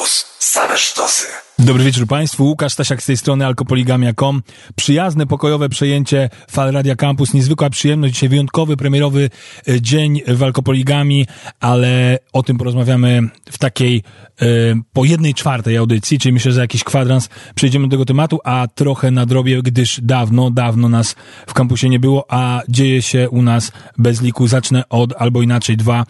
Campus. Same sztosy. Dobry wieczór Państwu, Łukasz Stasiak z tej strony alkopoligamia.com. Przyjazne, pokojowe przejęcie fal Radia Campus, niezwykła przyjemność, dzisiaj wyjątkowy, premierowy dzień w Alkopoligami, ale o tym porozmawiamy w takiej po 1/4 audycji, czyli myślę, że za jakiś kwadrans przejdziemy do tego tematu, a trochę nadrobię, gdyż dawno nas w kampusie nie było, a dzieje się u nas bez liku. Zacznę od Albo Inaczej 2,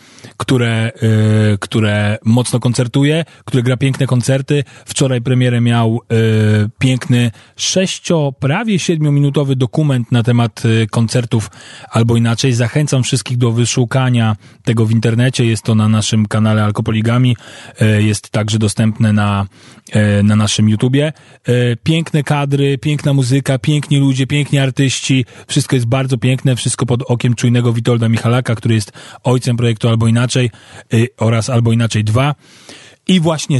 które mocno koncertuje, które gra piękne koncerty. Wczoraj premierę miał piękny prawie 7-minutowy dokument na temat koncertów Albo Inaczej. Zachęcam wszystkich do wyszukania tego w internecie. Jest to na naszym kanale Alkopoligami. Jest także dostępne na naszym YouTubie. Piękne kadry, piękna muzyka, piękni ludzie, piękni artyści. Wszystko jest bardzo piękne. Wszystko pod okiem czujnego Witolda Michalaka, który jest ojcem projektu Albo Inaczej oraz Albo Inaczej 2. I właśnie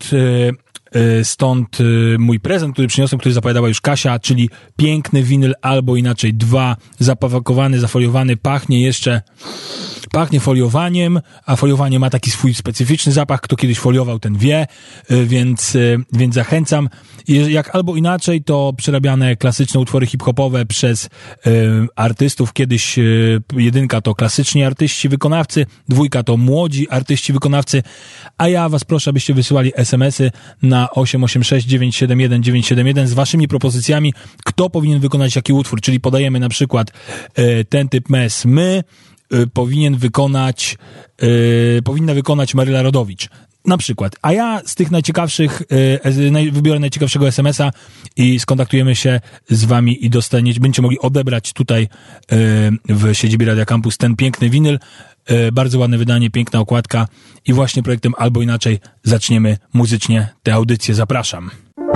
stąd mój prezent, który przyniosłem, który zapowiadała już Kasia, czyli piękny winyl Albo Inaczej 2, zapakowany, zafoliowany, pachnie foliowaniem, a foliowanie ma taki swój specyficzny zapach, kto kiedyś foliował, ten wie, więc zachęcam. Jak Albo Inaczej, to przerabiane klasyczne utwory hip-hopowe przez artystów. Kiedyś 1 to klasyczni artyści, wykonawcy, 2 to młodzi artyści, wykonawcy, a ja was proszę, abyście wysyłali SMS-y na 886 971 971 z waszymi propozycjami, kto powinien wykonać jaki utwór, czyli podajemy na przykład ten typ mes, powinna wykonać Maryla Rodowicz. Na przykład. A ja z tych najciekawszych wybiorę najciekawszego SMS-a i skontaktujemy się z wami i będziecie mogli odebrać tutaj w siedzibie Radia Campus ten piękny winyl. Bardzo ładne wydanie, piękna okładka i właśnie projektem Albo Inaczej zaczniemy muzycznie tę audycję. Zapraszam.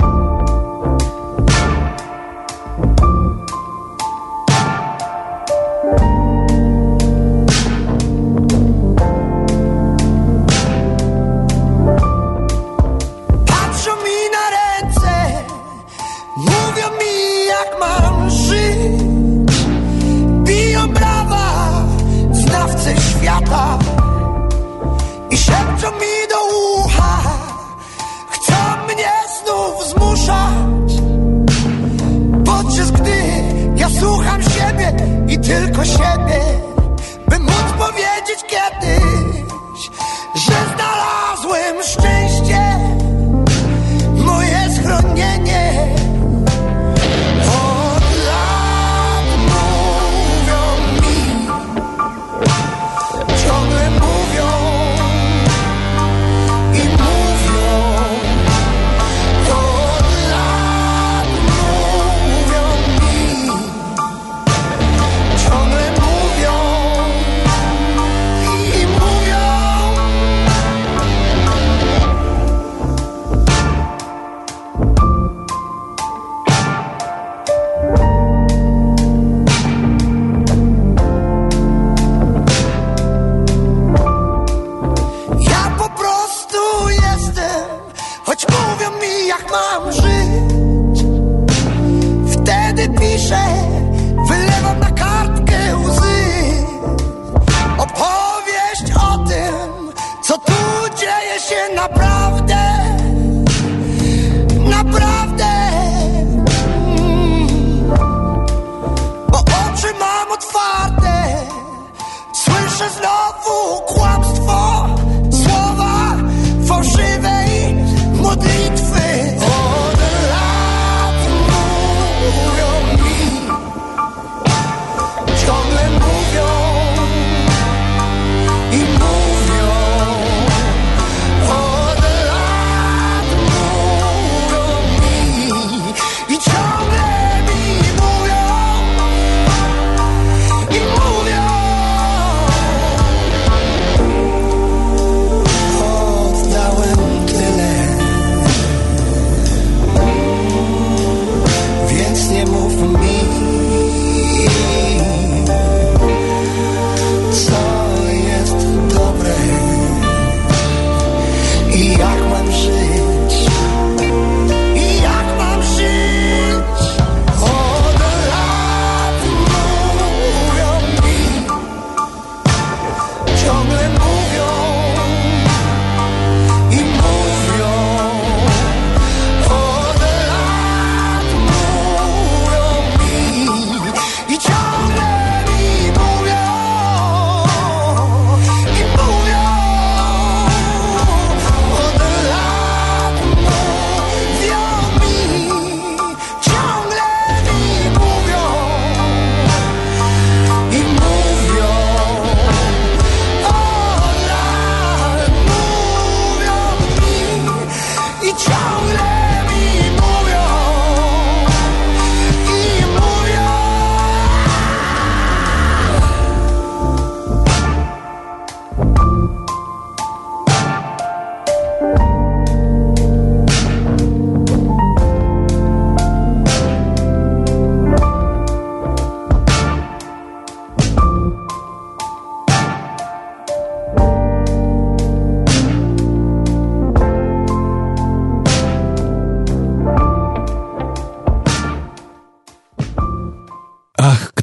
I szepczą mi do ucha, chcą mnie znów zmuszać, podczas gdy ja słucham siebie i tylko siebie, by móc powiedzieć kiedyś, że znalazłem szczęście, moje schronienie. Wylewam na kartkę łzy, opowieść o tym, co tu dzieje się naprawdę, naprawdę. Bo oczy mam otwarte, słyszę znowu kłamstwo, słowa fałszywej modlitwy.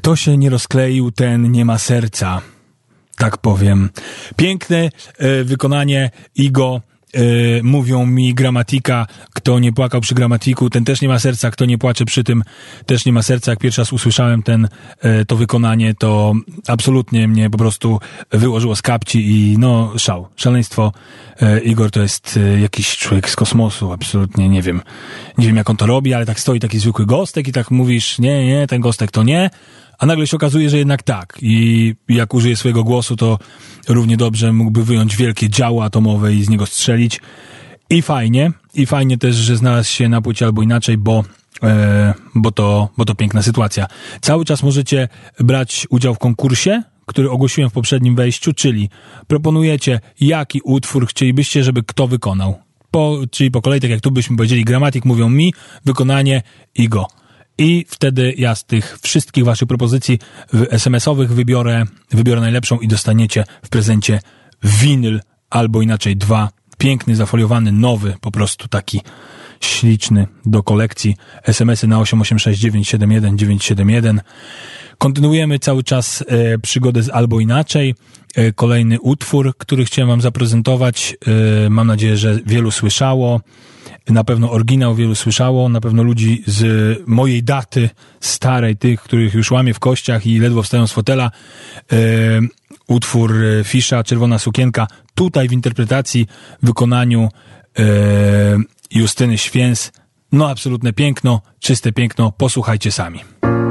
Kto się nie rozkleił, ten nie ma serca. Tak powiem. Piękne wykonanie Igo. Mówią mi Gramatika, kto nie płakał przy Gramatiku, ten też nie ma serca, kto nie płacze przy tym, też nie ma serca. Jak pierwszy raz usłyszałem to wykonanie, to absolutnie mnie po prostu wyłożyło z kapci i no szaleństwo. Igor to jest jakiś człowiek z kosmosu, absolutnie nie wiem jak on to robi, ale tak stoi taki zwykły gostek i tak mówisz, nie, ten gostek to nie, a nagle się okazuje, że jednak tak. I jak użyje swojego głosu, to równie dobrze mógłby wyjąć wielkie działo atomowe i z niego strzelić. I fajnie też, że znalazł się na płycie Albo Inaczej, bo to piękna sytuacja. Cały czas możecie brać udział w konkursie, który ogłosiłem w poprzednim wejściu, czyli proponujecie, jaki utwór chcielibyście, żeby kto wykonał. Czyli po kolei, tak jak tu byśmy powiedzieli, Gramatik mówią mi, wykonanie Igo. I wtedy ja z tych wszystkich waszych propozycji SMS-owych wybiorę najlepszą i dostaniecie w prezencie winyl Albo Inaczej 2. Piękny, zafoliowany, nowy, po prostu taki śliczny do kolekcji. SMS-y na 886971971. Kontynuujemy cały czas przygodę z Albo Inaczej. Kolejny utwór, który chciałem wam zaprezentować. Mam nadzieję, że wielu słyszało. Na pewno oryginał wielu słyszało, na pewno ludzi z mojej daty starej, tych, których już łamie w kościach i ledwo wstają z fotela. Utwór Fisza, Czerwona sukienka, tutaj w interpretacji, w wykonaniu Justyny Święs. No absolutne piękno, czyste piękno, posłuchajcie sami.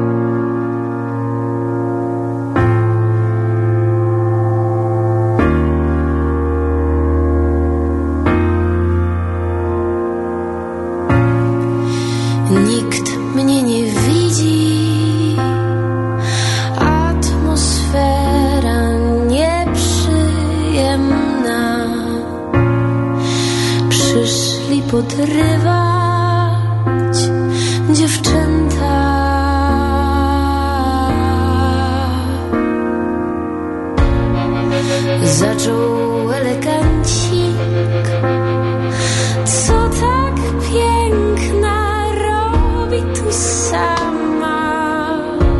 Nikt mnie nie widzi, atmosfera nieprzyjemna. Przyszli podrywać dziewczęta. Zaczął elegancik, co tak piękna robi tu sama.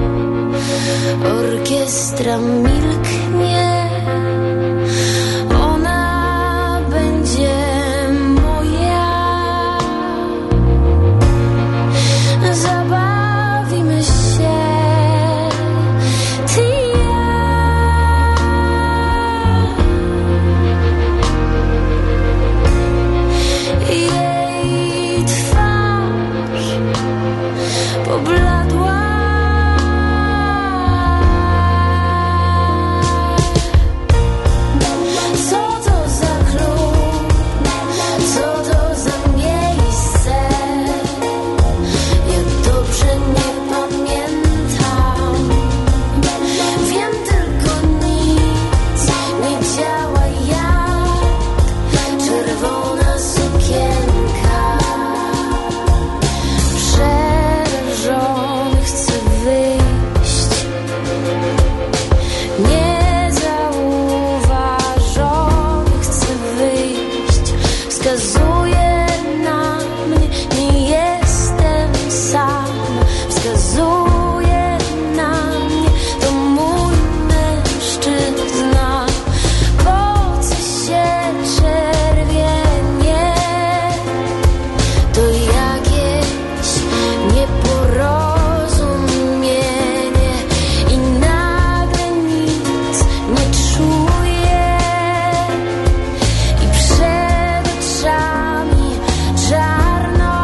Orkiestra milknie, ona będzie moja. Zabawimy się, ty i ja. Jej twarz pobladła. Co to za klub? Co to za miejsce? Ja dobrze nie pamiętam. Wiem tylko nic nie działa jak czerwona sukienka. Przerażony chcę wyjść, niezauważony chcę wyjść. Wskazuje na mnie, nie jestem sam. Wskazuje na mnie, to mój mężczyzna. Po co się czerwienie? To jakieś nieporozumienie i nagle nic nie czuję i przed oczami czarno.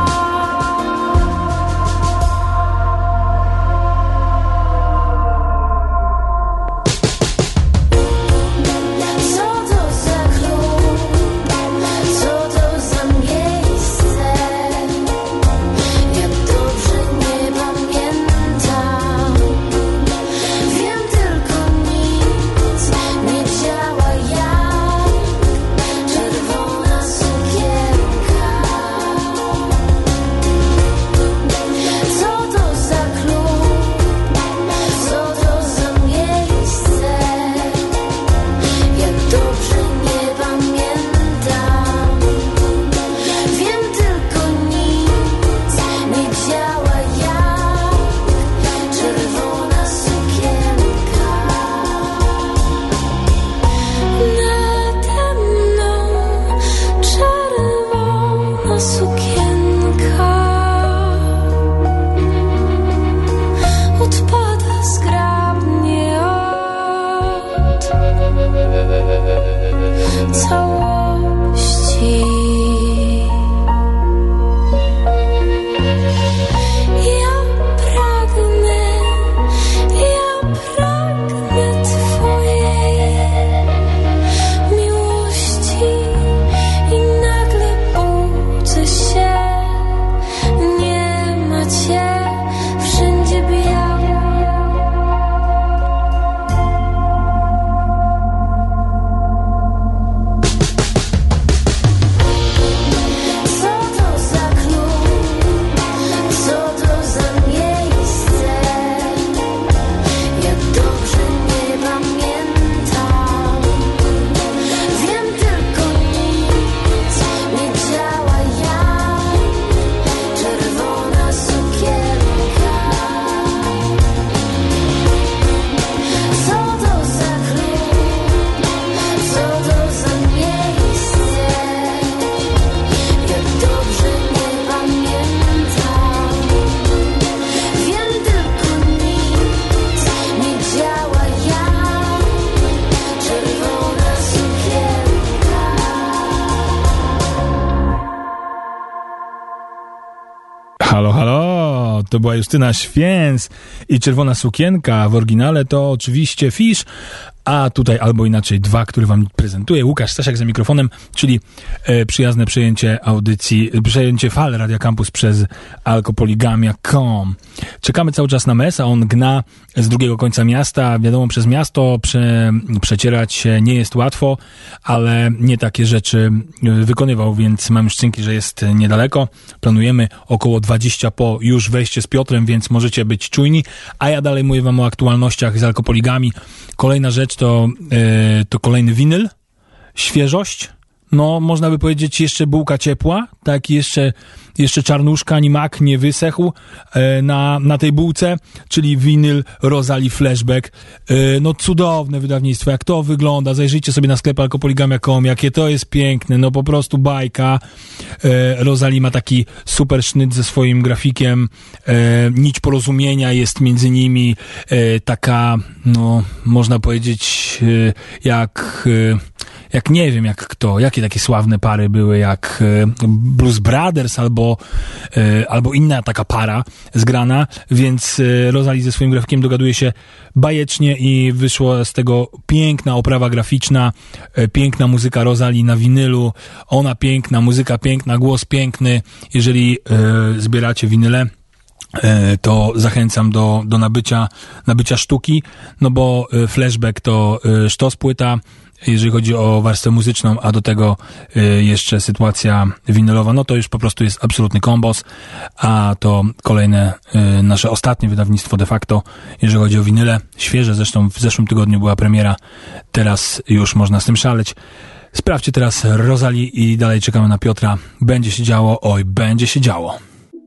Halo, halo, to była Justyna Święc i Czerwona Sukienka, w oryginale to oczywiście Fish, a tutaj albo inaczej 2, które wam prezentuję. Łukasz Stasiak za mikrofonem, czyli przyjazne przejęcie fal Radia Campus przez alkopoligamia.com. Czekamy cały czas na mes, a on gna z drugiego końca miasta. Wiadomo, przez miasto przecierać się nie jest łatwo, ale nie takie rzeczy wykonywał, więc mam już cynki, że jest niedaleko. Planujemy około 20 po już wejście z Piotrem, więc możecie być czujni. A ja dalej mówię wam o aktualnościach z Alkopoligami. Kolejna rzecz to kolejny winyl, świeżość, no można by powiedzieć jeszcze bułka ciepła, tak, jeszcze czarnuszka, ani mak nie wysechł na tej bułce, czyli winyl Rosalie Flashback. No cudowne wydawnictwo, jak to wygląda, zajrzyjcie sobie na sklep alkopoligamia.com, jakie to jest piękne, no po prostu bajka. Rosalie ma taki super sznyt ze swoim grafikiem, nić porozumienia jest między nimi, taka, no można powiedzieć, jak nie wiem, jakie takie sławne pary były, jak Blues Brothers albo inna taka para zgrana, więc Rosalie ze swoim grafikiem dogaduje się bajecznie i wyszło z tego piękna oprawa graficzna, piękna muzyka Rosalie na winylu, ona piękna, muzyka piękna, głos piękny. Jeżeli zbieracie winyle, to zachęcam do nabycia sztuki, no bo Flashback to sztos płyta, jeżeli chodzi o warstwę muzyczną, a do tego jeszcze sytuacja winylowa, no to już po prostu jest absolutny kombos, a to kolejne nasze ostatnie wydawnictwo de facto, jeżeli chodzi o winyle, świeże, zresztą w zeszłym tygodniu była premiera, teraz już można z tym szaleć. Sprawdźcie teraz Rosalie i dalej czekamy na Piotra. Będzie się działo, oj, będzie się działo.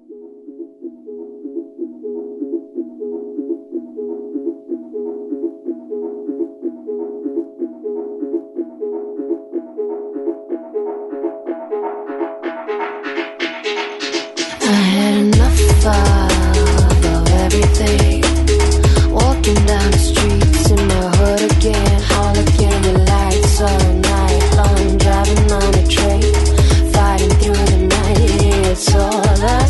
Of everything, walking down the streets in my hood again, all again the lights all night long, driving on a train, fighting through the night, it's all I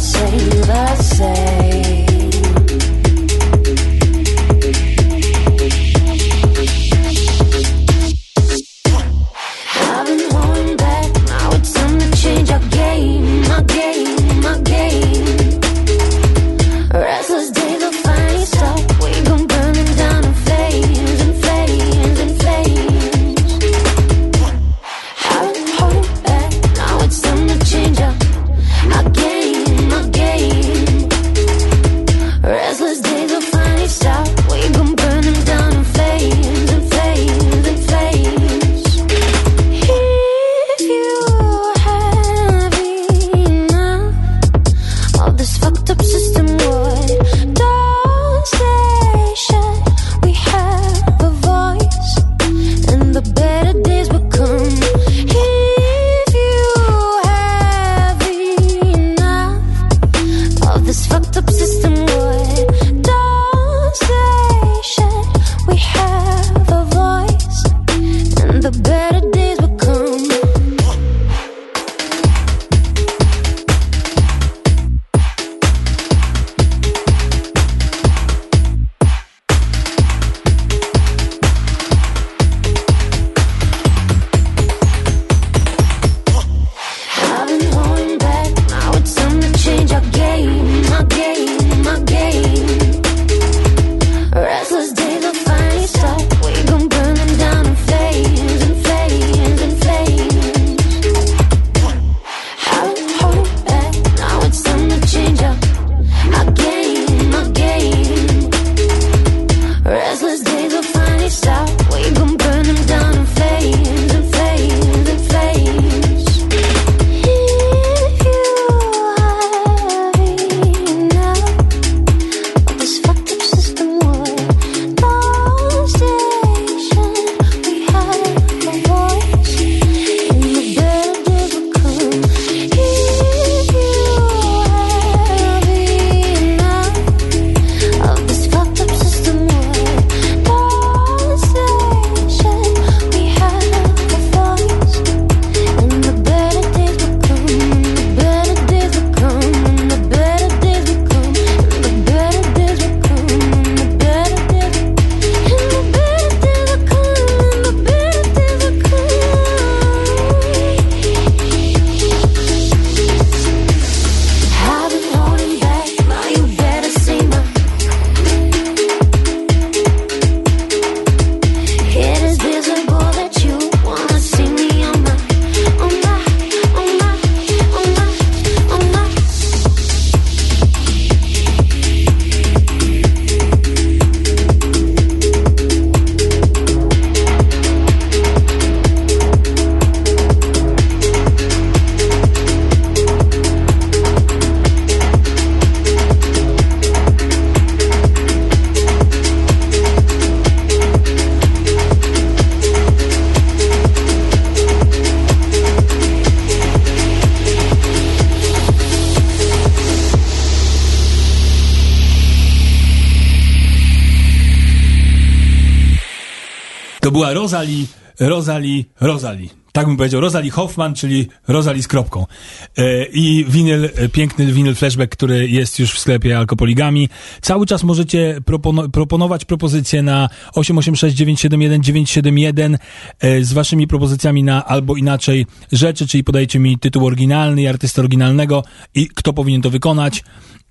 To była Rosalie. Tak bym powiedział, Rosalie Hoffman, czyli Rosalie z kropką. I piękny winyl Flashback, który jest już w sklepie Alkopoligami. Cały czas możecie proponować propozycje na 886-971-971 z waszymi propozycjami na albo inaczej rzeczy, czyli podajcie mi tytuł oryginalny i artystę oryginalnego i kto powinien to wykonać.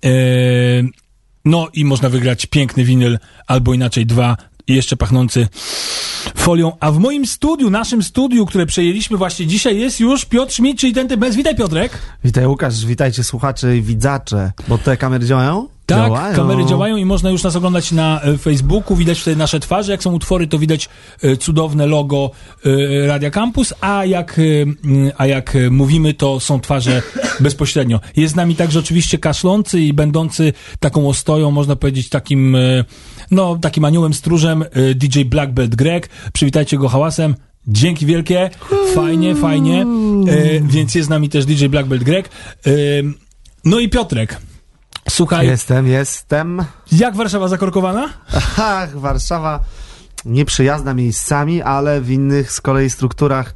No i można wygrać piękny winyl albo inaczej 2 i jeszcze pachnący folią. A w moim studiu, naszym studiu, które przejęliśmy właśnie dzisiaj, jest już Piotr Schmidt, czyli ten bez. Witaj, Piotrek. Witaj, Łukasz, witajcie słuchacze i widzacze, bo te kamery działają? Tak, działają. Kamery działają i można już nas oglądać na Facebooku, widać wtedy nasze twarze, jak są utwory, to widać cudowne logo Radia Campus, a jak mówimy, to są twarze bezpośrednio. Jest z nami także oczywiście kaszlący i będący taką ostoją, można powiedzieć takim aniołem stróżem DJ Black Belt Greg. Przywitajcie go hałasem. Dzięki wielkie, fajnie, więc jest z nami też DJ Black Belt Greg. No i Piotrek. Słuchaj. Jestem. Jak Warszawa zakorkowana? Ach, Warszawa nieprzyjazna miejscami, ale w innych z kolei strukturach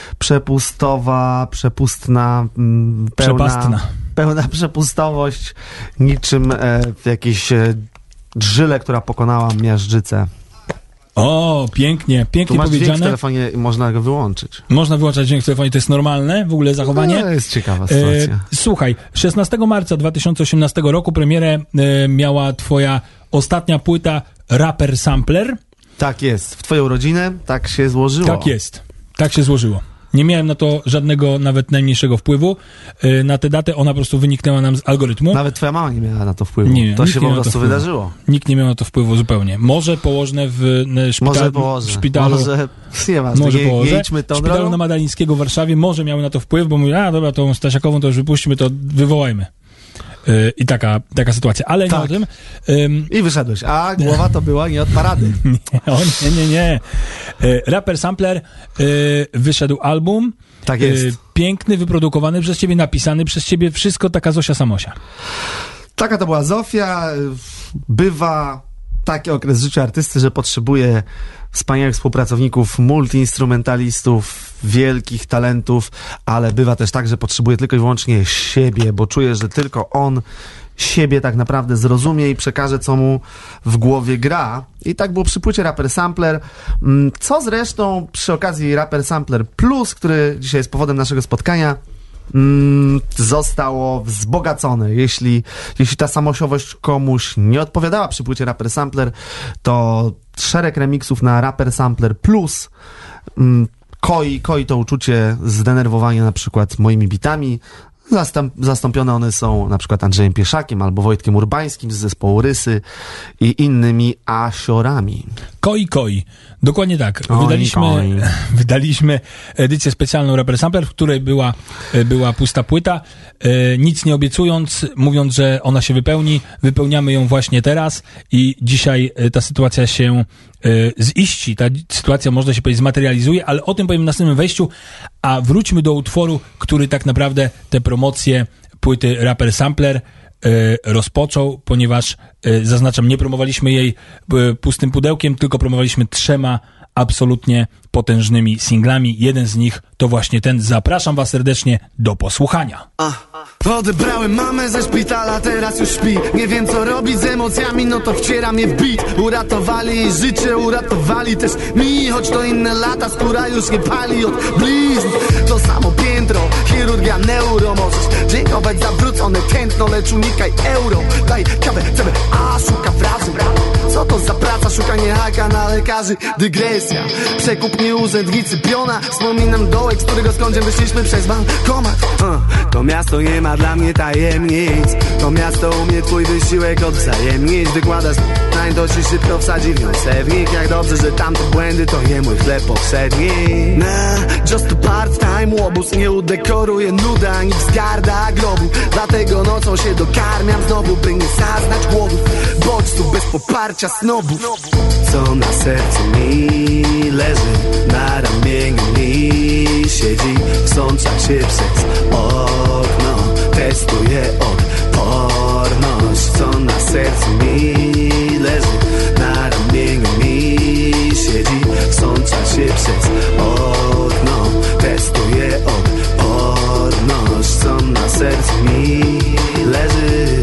przepustna, pełna przepustowość, niczym w jakiejś drzyle, która pokonała miażdżycę. O, pięknie tu masz powiedziane. Dźwięk w telefonie i można go wyłączyć. Można wyłączać dźwięk w telefonie, to jest normalne w ogóle zachowanie. To jest ciekawa sytuacja. Słuchaj, 16 marca 2018 roku premierę miała twoja ostatnia płyta Rapper Sampler. Tak jest, w twoją urodzinę tak się złożyło. Tak jest, tak się złożyło. Nie miałem na to żadnego, nawet najmniejszego wpływu. Na tę datę ona po prostu wyniknęła nam z algorytmu. Nawet twoja mama nie miała na to wpływu. Nie, to się po prostu wydarzyło. Nikt nie miał na to wpływu zupełnie. Może położne w szpitalu. Może nieważne. Może położę. Nie idźmy tą w szpitalu na Madalińskiego w Warszawie może miały na to wpływ, bo mówię, dobra, tą Stasiakową to już wypuśćmy, to wywołajmy. I taka sytuacja, ale tak. Nie o tym. I wyszedłeś, a głowa to była nie od parady. Nie. Rapper Sampler, wyszedł album. Tak jest. Piękny, wyprodukowany przez ciebie, napisany przez ciebie, wszystko taka Zosia Samosia. Taka to była Zofia. Bywa taki okres życia artysty, że potrzebuje wspaniałych współpracowników, multiinstrumentalistów, wielkich talentów, ale bywa też tak, że potrzebuje tylko i wyłącznie siebie, bo czuje, że tylko on siebie tak naprawdę zrozumie i przekaże, co mu w głowie gra. I tak było przy płycie Rapper Sampler, co zresztą przy okazji Rapper Sampler Plus, który dzisiaj jest powodem naszego spotkania, zostało wzbogacone. Jeśli ta samosiowość komuś nie odpowiadała przy płycie Rapper Sampler, to szereg remiksów na Rapper Sampler Plus koi to uczucie zdenerwowania na przykład moimi bitami. Zastąpione one są na przykład Andrzejem Pieszakiem albo Wojtkiem Urbańskim z zespołu Rysy i innymi asiorami. Koi. Dokładnie tak. Wydaliśmy edycję specjalną Rapper Sampler, w której była pusta płyta. Nic nie obiecując, mówiąc, że ona się wypełni. Wypełniamy ją właśnie teraz i dzisiaj ta sytuacja się ziści. Ta sytuacja, można się powiedzieć, zmaterializuje, ale o tym powiem w następnym wejściu, a wróćmy do utworu, który tak naprawdę te promocje płyty Rapper Sampler rozpoczął, ponieważ, zaznaczam, nie promowaliśmy jej pustym pudełkiem, tylko promowaliśmy 3 absolutnie potężnymi singlami. Jeden z nich to właśnie ten. Zapraszam was serdecznie do posłuchania. Odebrałem mamę ze szpitala, teraz już śpi. Nie wiem co robić z emocjami, no to wciera mnie w beat. Uratowali jej życie, uratowali też mi. Choć to inne lata, skóra już nie pali od blizn. To samo piętro, chirurgia neuro. Możesz dziękować za wrócone tętno, lecz unikaj euro. Daj kawę, a szuka wrazu. Co to za praca, szukanie haka na lekarzy. Dygresja, przekup mnie urzędnicy piona. Wspominam dołek, z którego skądś wyszliśmy przez bankomat. To miasto nie ma dla mnie tajemnic. To miasto umie twój wysiłek odwzajemnić. Wykładasz to ci szybko wsadzi w nią sewnik. Jak dobrze, że tamte błędy to nie mój chleb powszedni. Just a part-time łobuz. Nie udekoruje nuda, ani wzgarda grobu. Dlatego nocą się dokarmiam znowu, by nie zaznać głodów bodźców bez poparcia snobów. Co na sercu mi leży, na ramieniu mi siedzi. Wsącza się przez okno, testuje odporność. Co na sercu mi leży, na ramieniu mi siedzi. Wsącza sercu mi leży.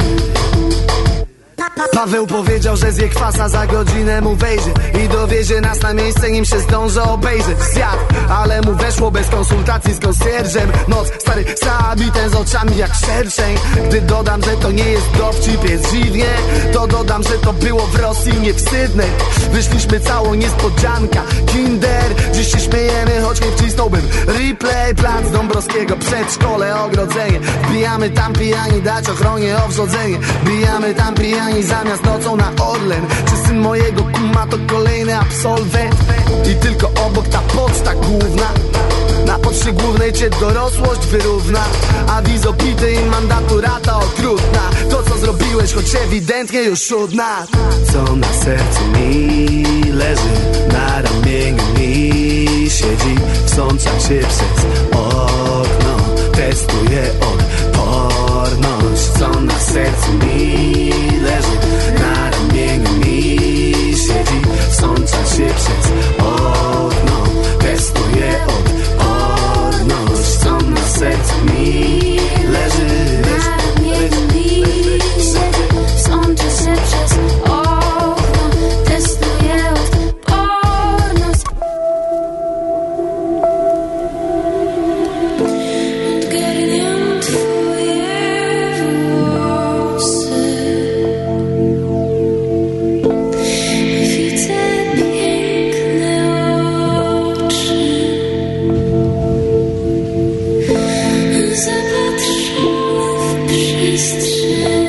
Paweł powiedział, że zje kwasa, za godzinę mu wejdzie i dowiezie nas na miejsce, nim się zdąży obejrzeć. Zjadł, ale mu weszło bez konsultacji z konsjerżem. Noc, stary zabity z oczami jak szerszeń. Gdy dodam, że to nie jest dowcip, jest dziwnie, to dodam, że to było w Rosji, nie w Sydney. Wyszliśmy całą niespodzianka, kinder. Dziś się śmiejemy, choć nie wcisnąłbym replay. Plac Dąbrowskiego, przedszkole, ogrodzenie. Wbijamy tam pijani, dać ochronie owrzodzenie. Wbijamy tam pijani zamiast nocą na Orlen. Czy syn mojego kuma to kolejny absolwent? I tylko obok ta poczta główna. Na poczcie głównej cię dorosłość wyrówna. Awiz o pity i mandaturata okrutna. To co zrobiłeś, choć ewidentnie już od nas. Co na sercu mi leży, na ramieniu mi siedzi. Wsącza się przez okno, testuje odporność. Co na sercu mi leży, na ramieniu mi siedzi. Wsącza się przez okno, testuje odporność. Co na sercu mi leży, Na ramieniu mi siedzi, wsącza się przez okno, testuje odporność. Odgarniam twoje włosy. Widzę piękne oczy, zapatrzone w przestrzeń,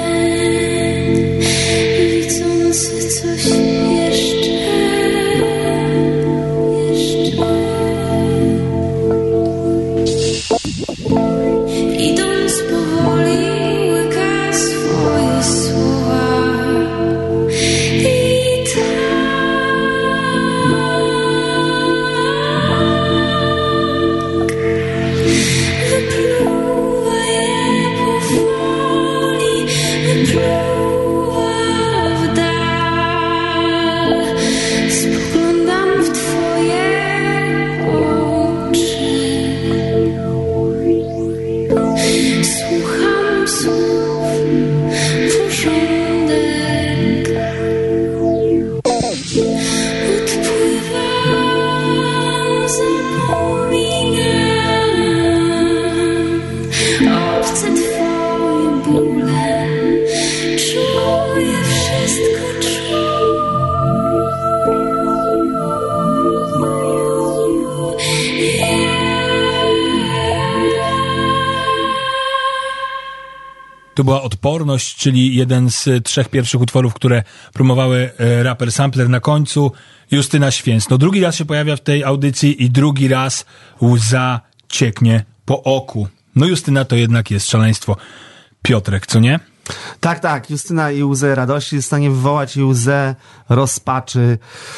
widzący coś jeszcze. Idąc powoli, łyka swoje słowa i wypluwa je powoli, wypluwa w dal. Spoglądam w twoje oczy, słucham słów porządek. Odpływam, zapominam obce twoje bóle. Czuję wszystko, To była Odporność, czyli jeden z 3 pierwszych utworów, które promowały raper Sampler. Na końcu Justyna Święc. No drugi raz się pojawia w tej audycji i drugi raz łza cieknie po oku. No Justyna to jednak jest szaleństwo. Piotrek, co nie? Tak, tak. Justyna i łzę radości jest w stanie wywołać i łzę rozpaczy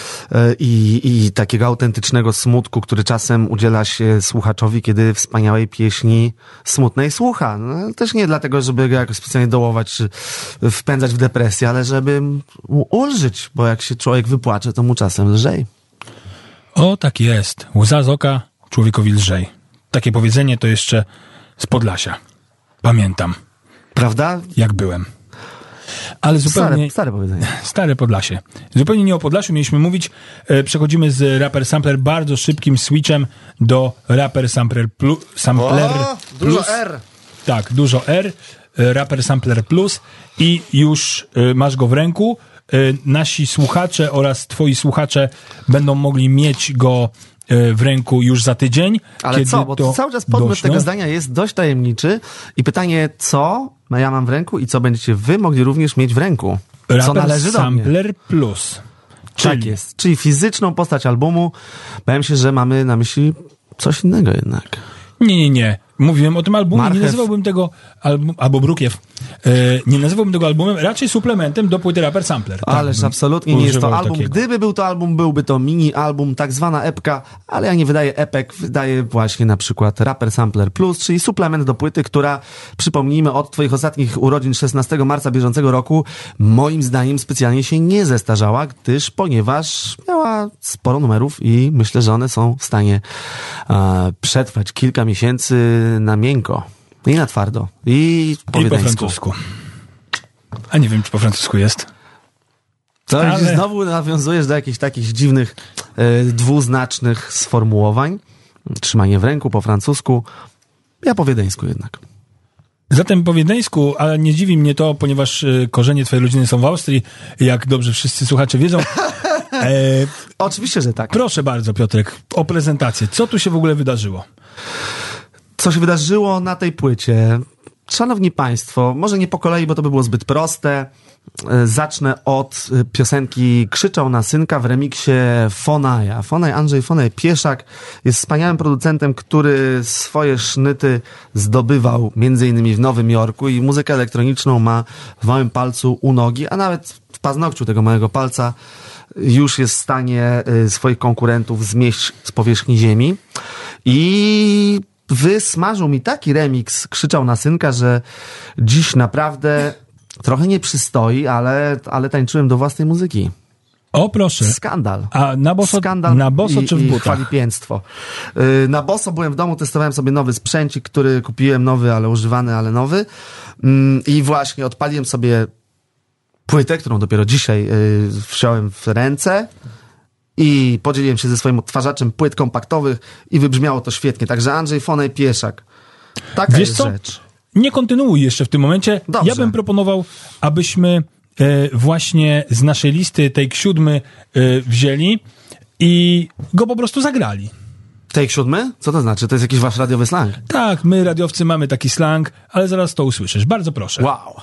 i takiego autentycznego smutku, który czasem udziela się słuchaczowi, kiedy wspaniałej pieśni smutnej słucha. No, ale też nie dlatego, żeby go jakoś specjalnie dołować czy wpędzać w depresję, ale żeby mu ulżyć, bo jak się człowiek wypłacze, to mu czasem lżej. O, tak jest. Łza z oka człowiekowi lżej. Takie powiedzenie to jeszcze z Podlasia. Pamiętam. Prawda? Jak byłem. Ale zupełnie... Stare powiedzenie. Stare Podlasie. Zupełnie nie o Podlasiu mieliśmy mówić. Przechodzimy z Rapper Sampler bardzo szybkim switchem do Rapper Sampler Sampler Dużo Plus. R. Tak, dużo R. Rapper Sampler Plus i już masz go w ręku. Nasi słuchacze oraz twoi słuchacze będą mogli mieć go w ręku już za tydzień. Ale kiedy co? Bo to cały czas podmiot dośną. tego zdania jest dość tajemniczy i pytanie, co ja mam w ręku i co będziecie wy mogli również mieć w ręku? Co Rapper należy do mnie. Sampler Plus. Tak jest. Czyli fizyczną postać albumu. Bałem się, że mamy na myśli coś innego jednak. Nie. Mówiłem o tym albumie, Marchew. nie nazywałbym tego albo Brukiew. Nie nazywałbym tego albumem, raczej suplementem do płyty Rapper Sampler. Tak, Ależ bym absolutnie nie jest to używał album. takiego. Gdyby był to album, byłby to mini album, tak zwana epka, ale ja nie wydaję epek, wydaję właśnie na przykład Rapper Sampler Plus, czyli suplement do płyty, która, przypomnijmy, od twoich ostatnich urodzin 16 marca bieżącego roku, moim zdaniem specjalnie się nie zestarzała, ponieważ miała sporo numerów i myślę, że one są w stanie przetrwać kilka miesięcy na miękko. I na twardo. I po I po wiedeńsku. francusku. A nie wiem, czy po francusku jest. To Ale- znowu nawiązujesz do jakichś takich dziwnych, dwuznacznych sformułowań. Trzymanie w ręku po francusku. Ja po wiedeńsku jednak. Zatem po wiedeńsku, ale nie dziwi mnie to, ponieważ korzenie twojej rodziny są w Austrii, jak dobrze wszyscy słuchacze wiedzą. Oczywiście, że tak. Proszę bardzo, Piotrek, o prezentację. Co tu się w ogóle wydarzyło? Co się wydarzyło na tej płycie? Szanowni Państwo, może nie po kolei, bo to by było zbyt proste. Zacznę od piosenki Krzyczał na synka w remiksie Fonaja. Fonaj, Andrzej Fonaj Pieszak jest wspaniałym producentem, który swoje sznyty zdobywał między innymi w Nowym Jorku i muzykę elektroniczną ma w małym palcu u nogi, a nawet w paznokciu tego małego palca już jest w stanie swoich konkurentów zmieść z powierzchni ziemi. I wysmażył mi taki remix Krzyczał na synka, że dziś naprawdę trochę nie przystoi, ale tańczyłem do własnej muzyki. O, proszę. Skandal. A na boso, Skandal na boso czy w i butach? chwalipięctwo. Na boso byłem w domu, testowałem sobie nowy sprzęcik, który kupiłem nowy, ale używany, ale nowy. I właśnie odpaliłem sobie płytę, którą dopiero dzisiaj wziąłem w ręce i podzieliłem się ze swoim odtwarzaczem płyt kompaktowych i wybrzmiało to świetnie. Także Andrzej Fonaj Pieszak. Taka Wiesz jest co? rzecz. Nie kontynuuj jeszcze w tym momencie. Dobrze. Ja bym proponował, abyśmy właśnie z naszej listy Take 7 wzięli i go po prostu zagrali. Take 7? Co to znaczy? To jest jakiś wasz radiowy slang? Tak, my radiowcy mamy taki slang, ale zaraz to usłyszysz. Bardzo proszę. Wow.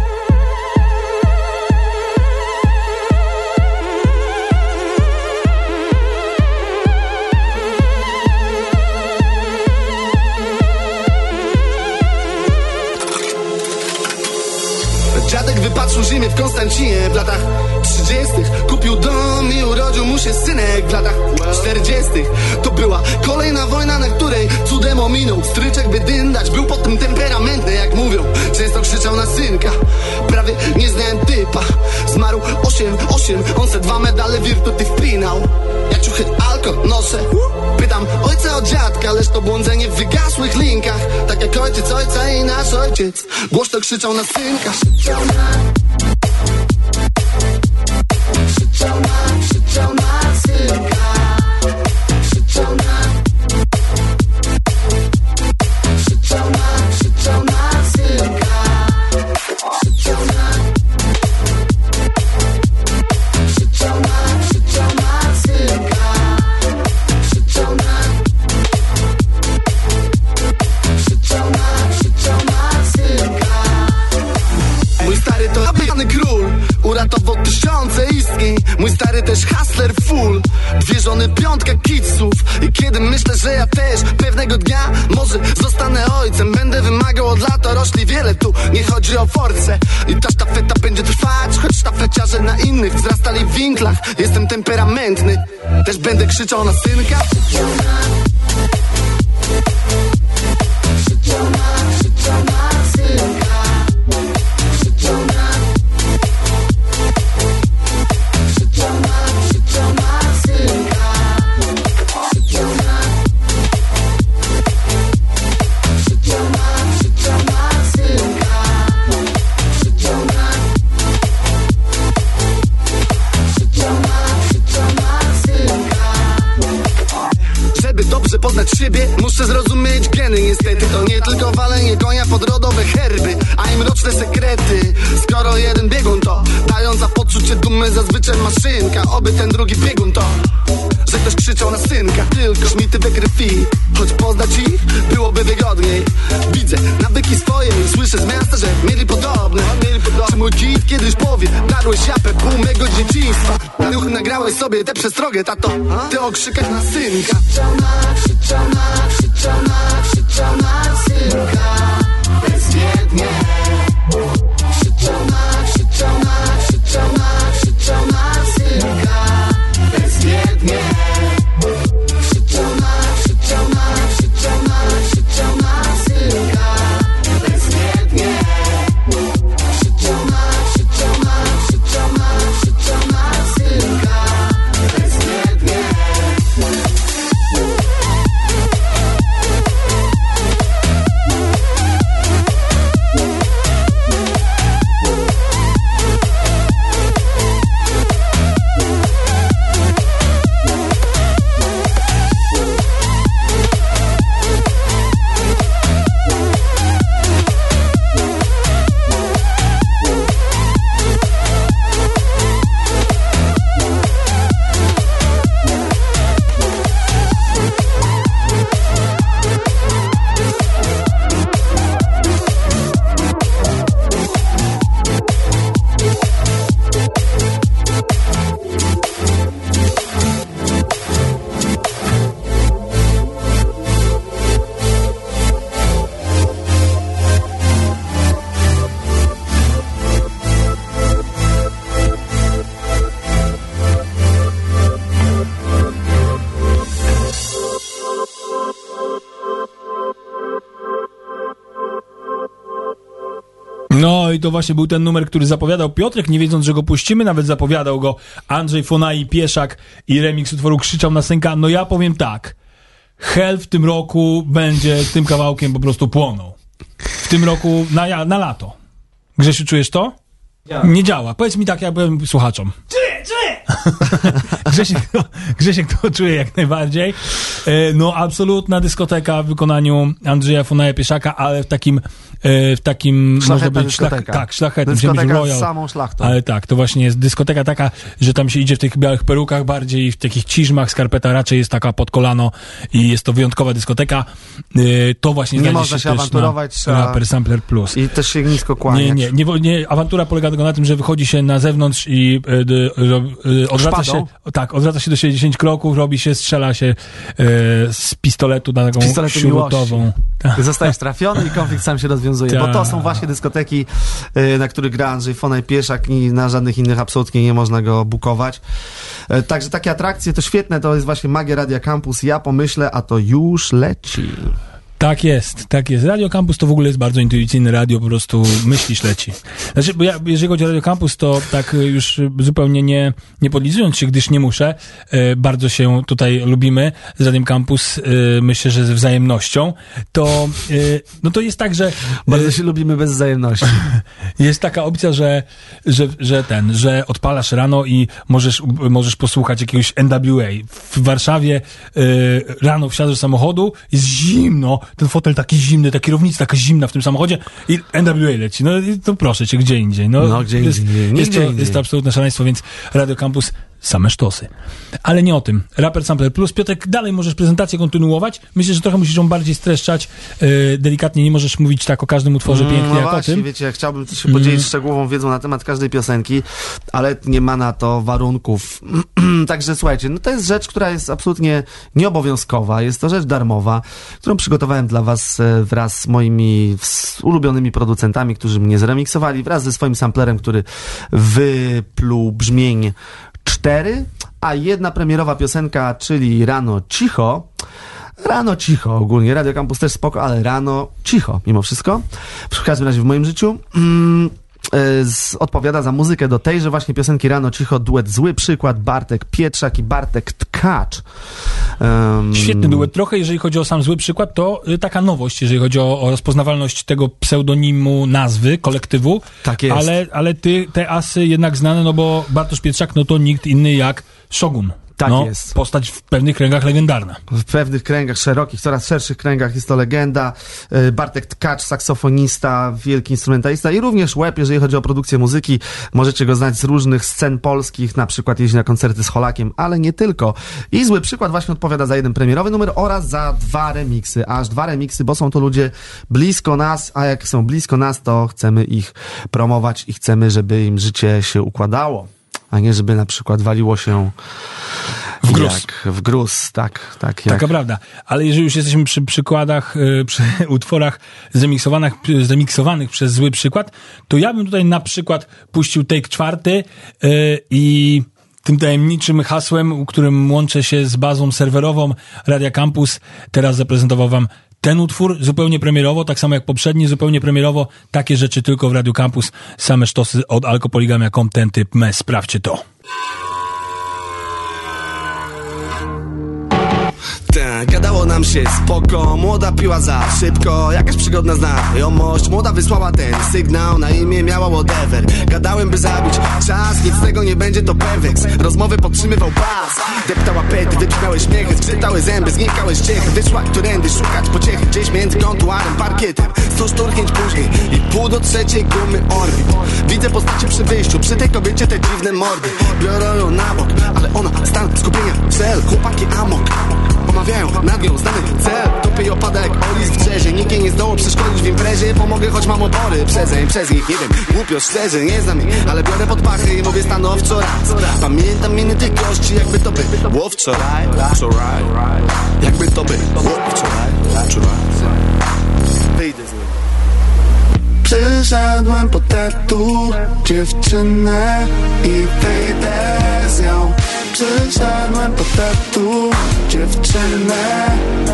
Dziadek wypatrzył ziemię w Konstancinie w latach 30. Kupił dom i urodził mu się synek w latach 40. To była kolejna wojna, na której cudem ominął. Stryczek by dyndać, był potem temperamentny, jak mówią. Często krzyczał na synka, prawie nie znałem typa. Zmarł 8, on se 2 medale wirtuty wpinał. Jak ciuchy alko noszę, pytam ojca o dziadka, lecz to błądzenie w wygasłych linkach. Tak jak ojciec ojca i nasz ojciec głośno krzyczał na synka. Krzyczał na synka. Krzyczał na synka. Mój stary to nabijany król, uratował tysiące istnień. Mój stary też hustler full, 2 żony, 5 kidsów. I kiedy myślę, że ja też pewnego dnia może zostanę ojcem, będę wymagał od latorośli wiele. Tu nie chodzi o force i ta sztafeta będzie trwać, choć sztafeciarze na innych wzrastali w winklach. Jestem temperamentny, też będę krzyczał na synka. Krzyczał na synka. Żeby dobrze poznać siebie, muszę zrozumieć geny. Niestety to nie tylko walenie konia pod rodowe herby, a i mroczne sekrety. Skoro jeden biegun to dająca poczucie dumy zazwyczaj maszynka, oby ten drugi biegun to, że ktoś krzyczał na synka. Tylko szmity we krwi, choć poznać ich byłoby wygodniej. Widzę nawyki swoje i słyszę z miasta, że mieli podobne. Czy mój kit kiedyś powie, darłeś japę pół mego dzieciństwa. Duch nagrałeś sobie tę przestrogę, tato, ty o krzykach na synka. Krzyczał na synka. Bezwiednie. Krzyczał na synka. Bezwiednie. Krzyczał na synka. Bezwiednie. Krzyczał na synka. Bezwiednie. No i to właśnie był ten numer, który zapowiadał Piotrek, nie wiedząc, że go puścimy, nawet zapowiadał go Andrzej Fonai, Pieszak i remix utworu Krzyczał na synka. No ja powiem tak, Hell w tym roku będzie tym kawałkiem po prostu płonął. W tym roku na lato. Grzesiu, czujesz to? Nie działa. Powiedz mi tak, ja byłem słuchaczom. Czuję! Grzesiek to czuje jak najbardziej. No, absolutna dyskoteka w wykonaniu Andrzeja Fonaja Pieszaka, ale w takim można powiedzieć, szlachetnym. Dyskoteka z samą szlachtą. Ale tak, to właśnie jest dyskoteka taka, że tam się idzie w tych białych perukach bardziej, w takich ciżmach, skarpeta raczej jest taka pod kolano i jest to wyjątkowa dyskoteka. To właśnie nie znajdzie można się awanturować. Rapper Sampler Plus. I też się nisko kłaniać. Nie. Awantura polega tylko na tym, że wychodzi się na zewnątrz i odwraca się do 60 kroków, strzela się z pistoletu na taką śrutową. Zostajesz trafiony i konflikt sam się rozwiązuje. Bo to są właśnie dyskoteki, na których gra Andrzej Fonaj Pieszak i na żadnych innych absolutnie nie można go bukować. Także takie atrakcje to świetne, to jest właśnie magia Radia Campus. Ja pomyślę, a to już leci. Tak jest. Radio Campus to w ogóle jest bardzo intuicyjne radio, po prostu myślisz, leci. Znaczy, bo jeżeli chodzi o Radio Campus, to tak już zupełnie nie podlizując się, gdyż nie muszę, bardzo się tutaj lubimy z Radiem Campus, myślę, że ze wzajemnością, to no to jest tak, że... Bardzo się lubimy bez wzajemności. Jest taka opcja, że odpalasz rano i możesz posłuchać jakiegoś NWA. W Warszawie rano wsiadasz do samochodu, jest zimno, ten fotel taki zimny, ta kierownica taka zimna w tym samochodzie i NWA leci. No to proszę cię, gdzie indziej. Jest to absolutne szaleństwo, więc Radio Campus same sztosy. Ale nie o tym. Rapper Sampler Plus. Piotrek, dalej możesz prezentację kontynuować. Myślę, że trochę musisz ją bardziej streszczać. Delikatnie nie możesz mówić tak o każdym utworze pięknie jak właśnie, o tym. Wiecie, ja chciałbym się podzielić szczegółową wiedzą na temat każdej piosenki, ale nie ma na to warunków. Także słuchajcie, no to jest rzecz, która jest absolutnie nieobowiązkowa. Jest to rzecz darmowa, którą przygotowałem dla was wraz z moimi ulubionymi producentami, którzy mnie zremiksowali, wraz ze swoim samplerem, który wypluł brzmień 4, a jedna premierowa piosenka, czyli Rano Cicho. Rano cicho ogólnie, Radio Campus też spoko, ale rano cicho mimo wszystko. W każdym razie w moim życiu odpowiada za muzykę do tejże właśnie piosenki Rano cicho duet Zły Przykład, Bartek Pietrzak i Bartek Tkacz. Świetny duet. Trochę jeżeli chodzi o sam Zły Przykład, to taka nowość, jeżeli chodzi o rozpoznawalność tego pseudonimu nazwy, kolektywu. Tak jest. Ale te asy jednak znane, no bo Bartosz Pietrzak, no to nikt inny jak Shogun. Tak jest. Postać w pewnych kręgach legendarna. W pewnych kręgach szerokich, coraz szerszych kręgach jest to legenda. Bartek Tkacz, saksofonista, wielki instrumentalista i również łeb, jeżeli chodzi o produkcję muzyki. Możecie go znać z różnych scen polskich, na przykład jeździ na koncerty z Holakiem, ale nie tylko. I Zły Przykład właśnie odpowiada za jeden premierowy numer oraz za 2 remiksy. Aż 2 remiksy, bo są to ludzie blisko nas, a jak są blisko nas, to chcemy ich promować i chcemy, żeby im życie się układało. A nie, żeby na przykład waliło się w gruz. Tak. Taka prawda. Ale jeżeli już jesteśmy przy przykładach, przy utworach zemiksowanych przez Zły Przykład, to ja bym tutaj na przykład puścił take 4 i tym tajemniczym hasłem, którym łączę się z bazą serwerową Radia Campus, teraz zaprezentował wam ten utwór zupełnie premierowo, tak samo jak poprzedni, zupełnie premierowo. Takie rzeczy tylko w Radio Campus. Same sztosy od alkopoligamia.com, ten typ mes. Sprawdźcie to. Gadało nam się spoko, młoda piła za szybko. Jakaś przygodna znajomość, młoda wysłała ten sygnał, na imię miała whatever. Gadałem, by zabić czas, nic z tego nie będzie, to perfeks. Rozmowy podtrzymywał pas, deptała pety, wypchnęły śmiechy, skrzytały zęby, znikałeś ciechy. Wyszła którędy szukać pociechy, gdzieś między kontuarem, parkietem. 100 szturchnięć później i 2:30 gumy orbit. Widzę postacie przy wyjściu, przy tej kobiecie te dziwne mordy. Biorą ją na bok, ale ona stan skupienia, cel, chłopaki amok. Omawiają nad nią znany cel. Topie i opada jak olis w drzezie. Nikt jej nie zdołał przeszkodzić w imprezie. Pomogę, choć mam opory przez nich, nie wiem, głupio, szczerze, nie znam ich, ale biorę pod pachy i mówię stanowczo raz. Pamiętam miny tych gości, jakby to było wczoraj. Jakby to było wczoraj. Wyjdę z nim. Przyszedłem po tatu dziewczynę i wyjdę z nią. Przyszedłem po tatu dziewczynę.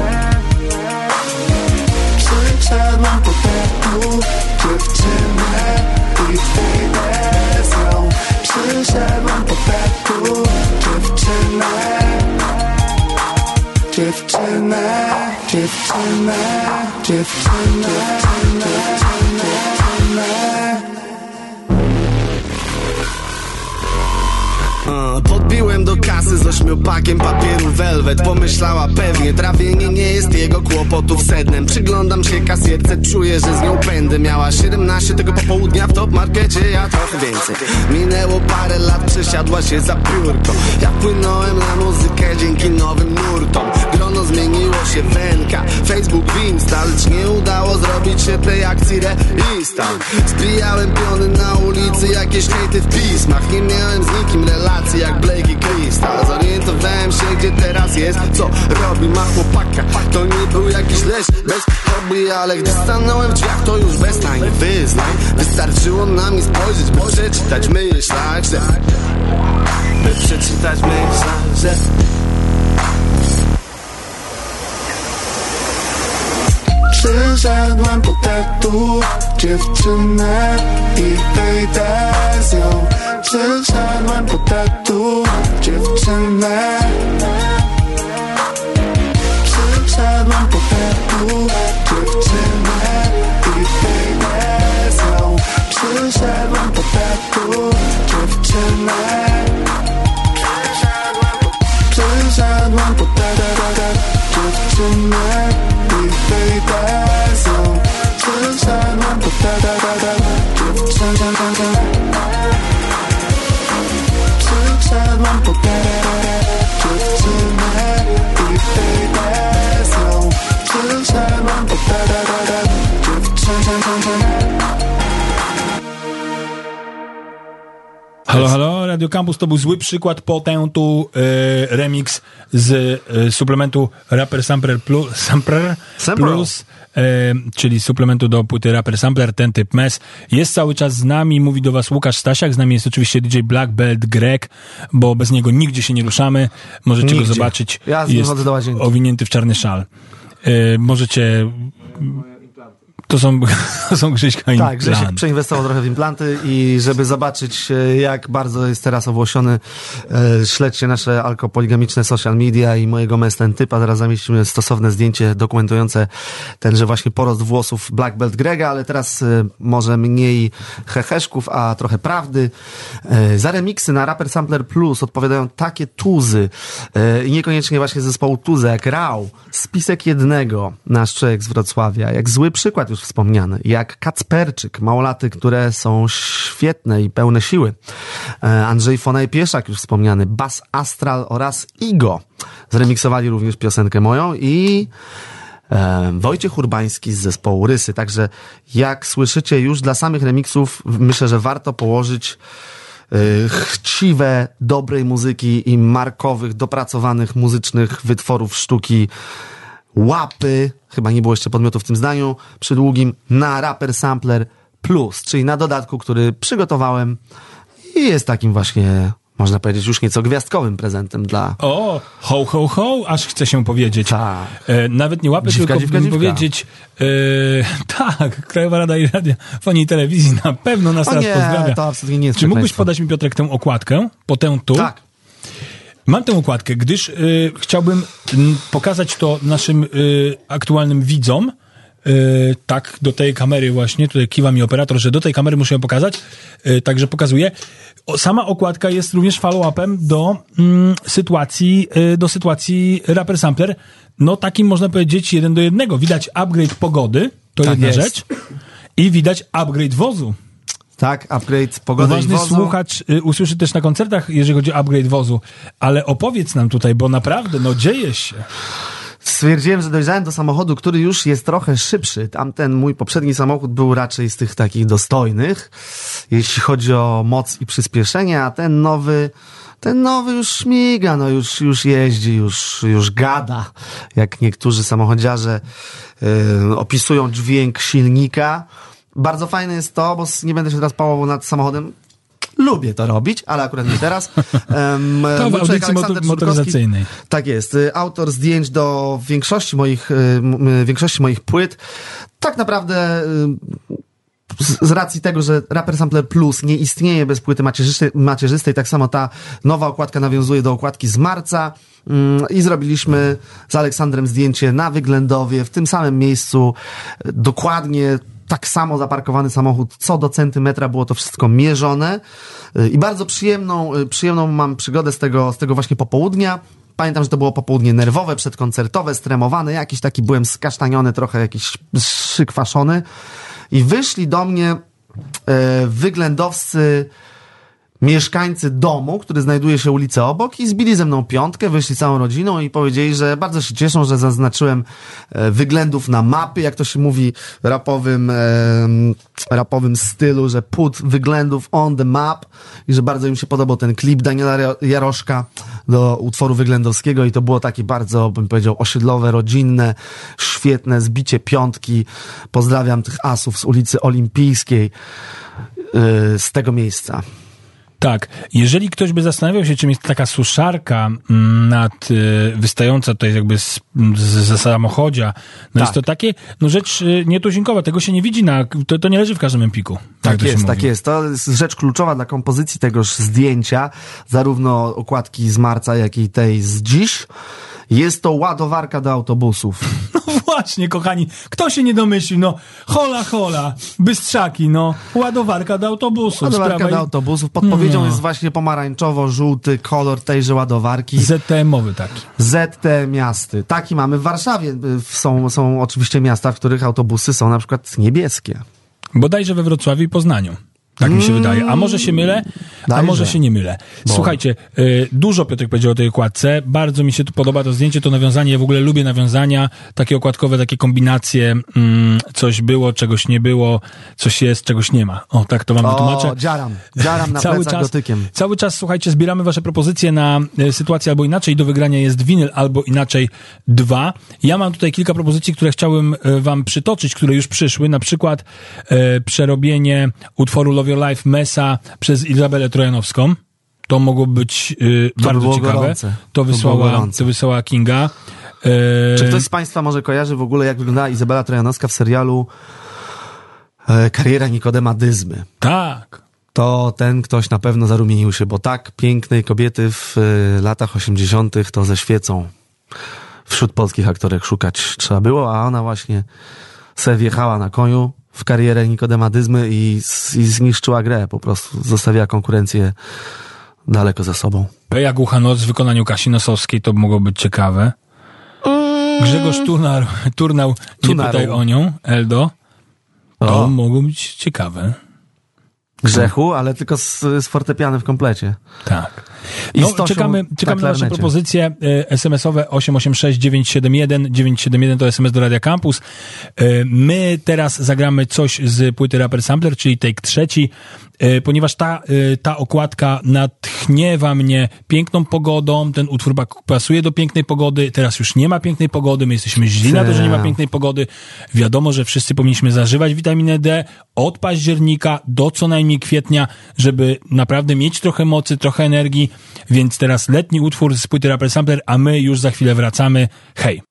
Przyszedłem po tatu dziewczynę. dziewczynę, dziewczynę, dziewczynę, podbiłem do kasy z 8-pakiem papieru velvet. Pomyślała pewnie, trafienie nie jest jego kłopotów sednem. Przyglądam się kasierce, czuję, że z nią pędzę. Miała 17 tego popołudnia w top markecie, ja trochę więcej. Minęło parę lat, przesiadła się za biurko. Ja płynąłem na muzykę dzięki nowym nurtom. Grono zmieniło się węka, Facebook, Insta, lecz nie udało zrobić się tej akcji reinstant. Zbijałem piony na ulicy, jakieś hejty w pismach. Nie miałem z nikim relacji jak Blake i Crystal. Zorientowałem się, gdzie teraz jest, co robi, ma chłopaka. To nie był jakiś leś bez hobby, ale gdy stanąłem w drzwiach, to już bez tajnych wyznań. Wystarczyło na mnie spojrzeć, by przeczytać myślach, że by przeczytać myślach, że przyszedłem po tatu dziewczynę i wyjdę z nią. Przyszedłem po tatu dziewczynę. Przyszedłem po tatu dziewczynę i wyjdę z nią. Przyszedłem po tatu dziewczynę. Przyszedłem po tatu dziewczynę i wyjdę z nią. Przyszedłem po tatu dziewczynę. Przyszedłem po dziewczynę i wyjdę z nią. Przyszedłem po dziewczynę. Halo, halo, Radio Campus to był zły przykład, potem tu remix z suplementu Rapper Sampler Plus, czyli suplementu do płyty Rapper Sampler, ten typ mes. Jest cały czas z nami, mówi do was Łukasz Stasiak, z nami jest oczywiście DJ Black Belt Greg, bo bez niego nigdzie się nie ruszamy. Możecie go zobaczyć. Ja z nim chodzę do łazienki. Owinięty w czarny szal. Możecie... To są Grześka implanty. Tak, Grzesiek przeinwestował trochę w implanty i żeby zobaczyć, jak bardzo jest teraz owłosiony, śledźcie nasze alkopoligamiczne social media i mojego mes ten typ, a teraz zamieścimy stosowne zdjęcie dokumentujące tenże właśnie porost włosów Black Belt Grega, ale teraz może mniej heheszków, a trochę prawdy. Za remiksy na Rapper Sampler Plus odpowiadają takie tuzy i niekoniecznie właśnie zespołu Tuzy, jak Rał, Spisek Jednego, nasz człowiek z Wrocławia, jak Zły Przykład już wspomniany, jak Kacperczyk, Małolaty, które są świetne i pełne siły, Andrzej Fona i Pieszak już wspomniany, Bas Astral oraz Igo zremiksowali również piosenkę moją i Wojciech Urbański z zespołu Rysy. Także jak słyszycie, już dla samych remiksów myślę, że warto położyć chciwe, dobrej muzyki i markowych, dopracowanych muzycznych wytworów sztuki łapy, chyba nie było jeszcze podmiotu w tym zdaniu, przy długim, na Rapper Sampler Plus, czyli na dodatku, który przygotowałem i jest takim właśnie, można powiedzieć, już nieco gwiazdkowym prezentem dla... O, ho, ho, ho, aż chce się powiedzieć. Tak. Nawet nie łapy, Dziwka, tylko dziwka, dziwka. powiedzieć, tak, Krajowa Rada i Radiofonii i Telewizji na pewno nas teraz pozdrawia. To absolutnie nie jest Czy mógłbyś przekleństwo. podać mi, Piotrek, tę okładkę? Po tę tu? Tak. Mam tę okładkę, gdyż chciałbym pokazać to naszym aktualnym widzom, tak, do tej kamery właśnie, tutaj kiwa mi operator, że do tej kamery muszę ją pokazać, także pokazuję. Sama okładka jest również follow-upem do sytuacji Rapper Sampler, no takim można powiedzieć 1:1. Widać upgrade pogody, to Tak jedna jest. rzecz, i widać upgrade wozu. Tak, upgrade pogody i Uważny wozu. słuchacz usłyszy też na koncertach, jeżeli chodzi o upgrade wozu, ale opowiedz nam tutaj, bo naprawdę, no dzieje się. Stwierdziłem, że dojrzałem do samochodu, który już jest trochę szybszy. Tamten mój poprzedni samochód był raczej z tych takich dostojnych, jeśli chodzi o moc i przyspieszenie, a ten nowy już śmiga, no już jeździ, już gada, jak niektórzy samochodziarze opisują dźwięk silnika. Bardzo fajne jest to, bo nie będę się teraz pałował nad samochodem. Lubię to robić, ale akurat nie teraz. To w mój człowiek audycji Aleksander motoryzacyjnej. Szurkowski, tak jest. Autor zdjęć do większości moich płyt. Tak naprawdę z racji tego, że Rapper Sampler Plus nie istnieje bez płyty macierzystej, tak samo ta nowa okładka nawiązuje do okładki z marca i zrobiliśmy z Aleksandrem zdjęcie na Wyględowie, w tym samym miejscu, dokładnie tak samo zaparkowany samochód, co do centymetra było to wszystko mierzone i bardzo przyjemną mam przygodę z tego właśnie popołudnia. Pamiętam, że to było popołudnie nerwowe, przedkoncertowe, stremowane, jakiś taki byłem skasztaniony, trochę jakiś przykwaszony i wyszli do mnie wyględowscy mieszkańcy domu, który znajduje się ulicę obok i zbili ze mną piątkę, wyszli całą rodziną i powiedzieli, że bardzo się cieszą, że zaznaczyłem Wyględów na mapie, jak to się mówi rapowym stylu, że put Wyględów on the map i że bardzo im się podobał ten klip Daniela Jaroszka do utworu wyględowskiego i to było takie bardzo, bym powiedział, osiedlowe, rodzinne, świetne zbicie piątki. Pozdrawiam tych asów z ulicy Olimpijskiej z tego miejsca. Tak, jeżeli ktoś by zastanawiał się, czym jest taka suszarka wystająca tutaj jakby z samochodzia, no jest to takie, rzecz nietuzinkowa, tego się nie widzi to nie leży w każdym empiku. Tak jest. To jest rzecz kluczowa dla kompozycji tegoż zdjęcia, zarówno okładki z marca, jak i tej z dziś. Jest to ładowarka do autobusów. No właśnie, kochani, kto się nie domyślił, hola, bystrzaki, ładowarka do autobusów. Ładowarka do autobusów, podpowiedzią jest właśnie pomarańczowo-żółty kolor tejże ładowarki. ZTM-owy taki. ZTM miasty. Taki mamy w Warszawie. Są oczywiście miasta, w których autobusy są na przykład niebieskie. Bodajże we Wrocławiu i Poznaniu. Tak mi się wydaje. A może się mylę? A może się nie mylę. Słuchajcie, dużo Piotrek powiedział o tej okładce. Bardzo mi się tu podoba to zdjęcie, to nawiązanie. Ja w ogóle lubię nawiązania, takie okładkowe, takie kombinacje. Coś było, czegoś nie było, coś jest, czegoś nie ma. O, tak to wam wytłumaczę. Dziaram na plecach dotykiem. Cały czas, słuchajcie, zbieramy wasze propozycje na sytuację albo inaczej. Do wygrania jest winyl albo inaczej 2. Ja mam tutaj kilka propozycji, które chciałem wam przytoczyć, które już przyszły. Na przykład przerobienie utworu Love Your Life Mesa przez Izabelę Trojanowską. To mogło być bardzo ciekawe. Gorące. To wysłała Kinga. Czy ktoś z państwa może kojarzy w ogóle, jak wyglądała Izabela Trojanowska w serialu Kariera Nikodema Dyzmy? Tak. To ten ktoś na pewno zarumienił się, bo tak pięknej kobiety w latach 80. to ze świecą wśród polskich aktorek szukać trzeba było, a ona właśnie se wjechała na koniu w karierę Nikodema Dyzmy i zniszczyła grę, po prostu zostawiła konkurencję daleko za sobą. Peja Głucha Noc w wykonaniu Kasi Nosowskiej, to mogło być ciekawe. Grzegorz Turnał, nie pytaj o nią, Eldo. To mogło być ciekawe. Grzechu, ale tylko z fortepianem w komplecie. Tak. Czekamy na wasze propozycje SMS-owe 886 971 971 to SMS do Radia Campus. My teraz zagramy coś z płyty Rapper Sampler, czyli take 3, ponieważ ta okładka natchniewa mnie piękną pogodą, ten utwór pasuje do pięknej pogody, teraz już nie ma pięknej pogody, my jesteśmy źli na to, że nie ma pięknej pogody. Wiadomo, że wszyscy powinniśmy zażywać witaminę D od października do co najmniej kwietnia, żeby naprawdę mieć trochę mocy, trochę energii, więc teraz letni utwór z płyty Rapper Sampler, a my już za chwilę wracamy. Hej!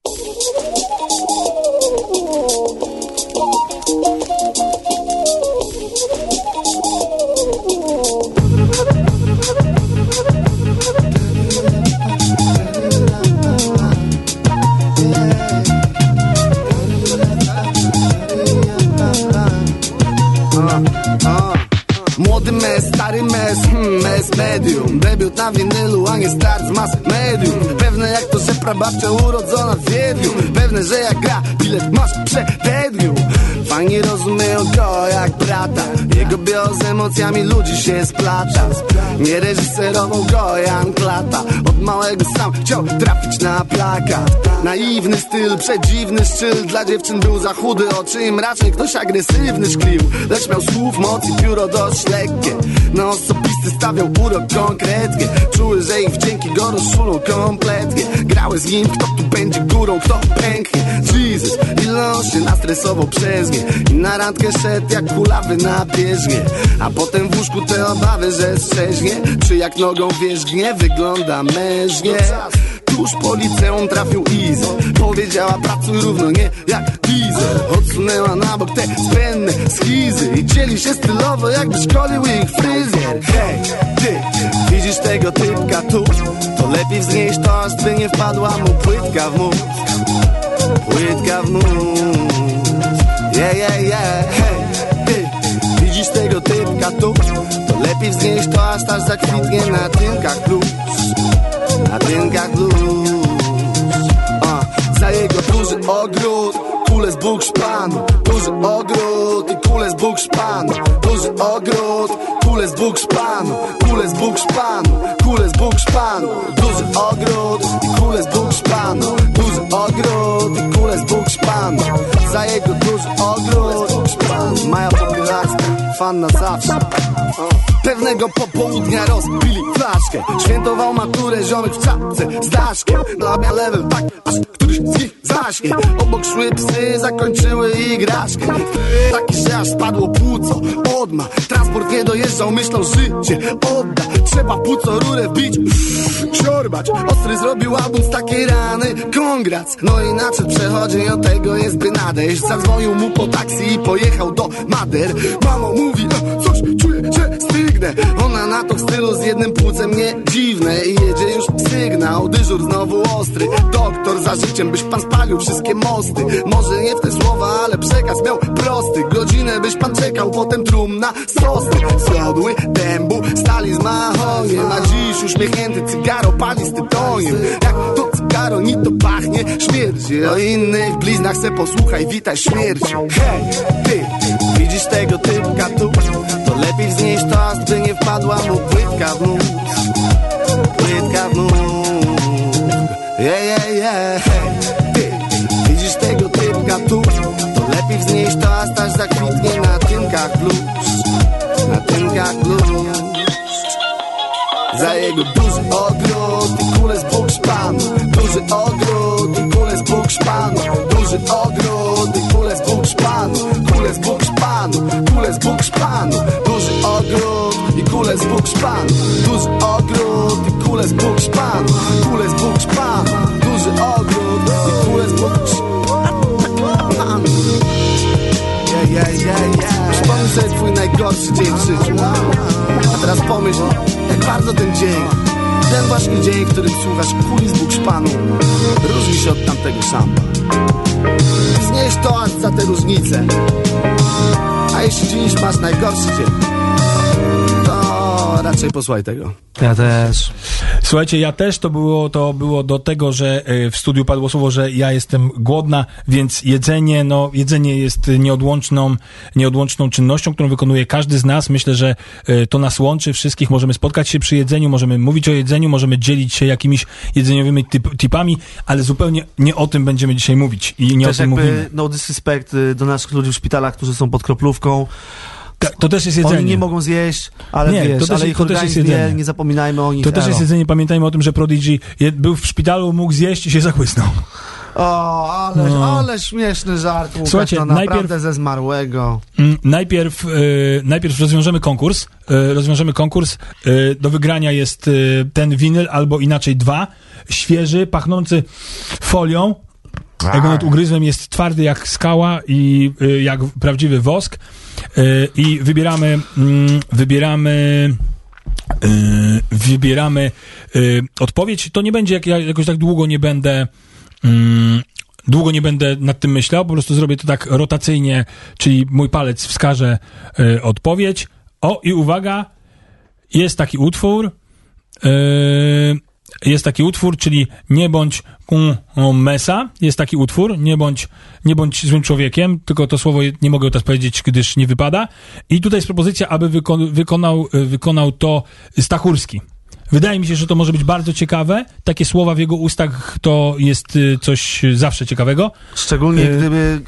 Młody mes, stary mes, mes medium. Debiut na winylu, a nie start z mas medium. Pewne jak to, że prababcia urodzona w Wiedniu. Pewne, że jak gra, bilet masz przededniu. Fajnie rozumieją go jak brata. Jego bio z emocjami ludzi się splata. Nie reżyserował go Jan Klata. Od małego sam chciał trafić na plakat. Naiwny styl, przedziwny szczyl. Dla dziewczyn był za chudy, oczy im raczej ktoś agresywny szklił. Lecz miał słów, moc i pióro dość lekkie. Na osobisty stawiał urok konkretnie. Czuły, że ich wdzięki go rozszulą kompletnie. Grały z nim, kto tu będzie górą, kto pęknie. Jesus, ile on się nastresował przez nie. I na randkę szedł jak kulawy na bieżnie. A potem w łóżku te obawy, że strzeźnie. Czy jak nogą wierzgnie, wygląda mężnie. Tu tuż po liceum trafił Easy. Powiedziała pracuj równo, nie jak diesel. Odsunęła na bok te zbędne schizy i dzieli się stylowo, jakby szkolił ich fryzjer. Hej, ty, widzisz tego typka tu? To lepiej wznieść toast, by nie wpadła mu płytka w mózg. Płytka w mózg. Yeah, yeah, yeah. Hej, ty, widzisz tego typka tu? To lepiej wznieść toast, aż zakwitnie na tynkach blues. Na tynkach blues. Za jego duży ogród, kule z bukszpanu. Duży ogród i kule z bukszpanu. Duży ogród, kule z bukszpanu. Kule z bukszpanu, kule z bukszpanu. Duży ogród i kule z bukszpanu. Duży ogród i kule z bukszpanu. Za jego duży ogród, bukszpanu. Maja Popielarska, fan na zawsze. Pewnego popołudnia rozbili flaszkę. Świętował maturę ziomek w czapce z daszkiem. Dla level tak, aż któryś z nich zaśnie. Obok szły psy, zakończyły igraszkę. Taki, że aż spadło płuco, odma. Transport nie dojeżdżał, myślą życie odda. Trzeba płuco rurę wbić, siorbać. Ostry zrobił album z takiej rany, kongrats. No i nadszedł przechodzień, od tego jest by nadejść. Zadzwonił mu po taksi i pojechał do Mader. Mamo mówi, coś czuję, że stygnę. Ona na to w stylu z jednym płucem nie dziwne. I jedzie już sygnał, dyżur znowu ostry. Doktor za życiem, byś pan spalił wszystkie mosty. Może nie w te słowa, ale przekaz miał prosty. Godzinę byś pan czekał, potem trumna sosny. Zjadły dębu, stali z mahoniem. A dziś uśmiechnięty cygaro pali z tytoniem. Jak to cygaro, ni to pachnie śmierci. O innych bliznach se posłuchaj, witaj śmierci. Hej, ty, widzisz tego typka tu? To lepiej wznieść toast, by nie wpadła mu płytka w mózg. Płytka w mózg. Yeah, yeah, yeah. Hey, ty, widzisz tego typka tu? To lepiej wznieść toast, aż zakwitnie na tynkach blues. Na tynkach blues. Za jego duży ogród i kule z bukszpanu. Duży ogród i kule z bukszpanu. Duży ogród i kule z bukszpanu. Kule z bukszpanu, kule z bukszpanu. Duży ogród i kule z bukszpanu. Duży ogród i kule z bukszpanu. Kule z bukszpanu. Duży ogród i kule z bukszpanu. Yeah, yeah, yeah, yeah. Przypomnij sobie twój najgorszy dzień w życiu. A teraz pomyśl, jak bardzo ten dzień, ten właśnie dzień, w którym słuchasz kuli z bukszpanu, różni się od tamtego szamba. Znieś toast za tę różnicę. A jeśli dziś masz najgorszy dzień, to raczej posłuchaj tego. Ja też. Słuchajcie, ja też, to było do tego, że w studiu padło słowo, że ja jestem głodna, więc jedzenie jest nieodłączną czynnością, którą wykonuje każdy z nas. Myślę, że to nas łączy wszystkich. Możemy spotkać się przy jedzeniu, możemy mówić o jedzeniu, możemy dzielić się jakimiś jedzeniowymi tipami, ale zupełnie nie o tym będziemy dzisiaj mówić i nie też o tym mówimy. No disrespect do naszych ludzi w szpitalach, którzy są pod kroplówką. To też jest jedzenie. Oni nie mogą zjeść, ale nie, wiesz, to też, ale ich to też organizm jest nie zapominajmy o nich. To też jest jedzenie. Pamiętajmy o tym, że Prodigy był w szpitalu, mógł zjeść i się zachłysnął. O, ale śmieszny żart, Łukasz, słuchajcie, no naprawdę ze zmarłego. Najpierw rozwiążemy konkurs. Do wygrania jest ten winyl, albo inaczej 2. Świeży, pachnący folią. Jak go ugryzłem, jest twardy jak skała i jak prawdziwy wosk. I wybieramy odpowiedź. To nie będzie, jakoś tak długo nie będę nad tym myślał, po prostu zrobię to tak rotacyjnie, czyli mój palec wskaże odpowiedź. O, i uwaga, jest taki utwór, czyli nie bądź mesa, jest taki utwór, nie bądź złym człowiekiem, tylko to słowo nie mogę teraz powiedzieć, gdyż nie wypada. I tutaj jest propozycja, aby wykonał to Stachurski. Wydaje mi się, że to może być bardzo ciekawe. Takie słowa w jego ustach to jest coś zawsze ciekawego. Szczególnie gdyby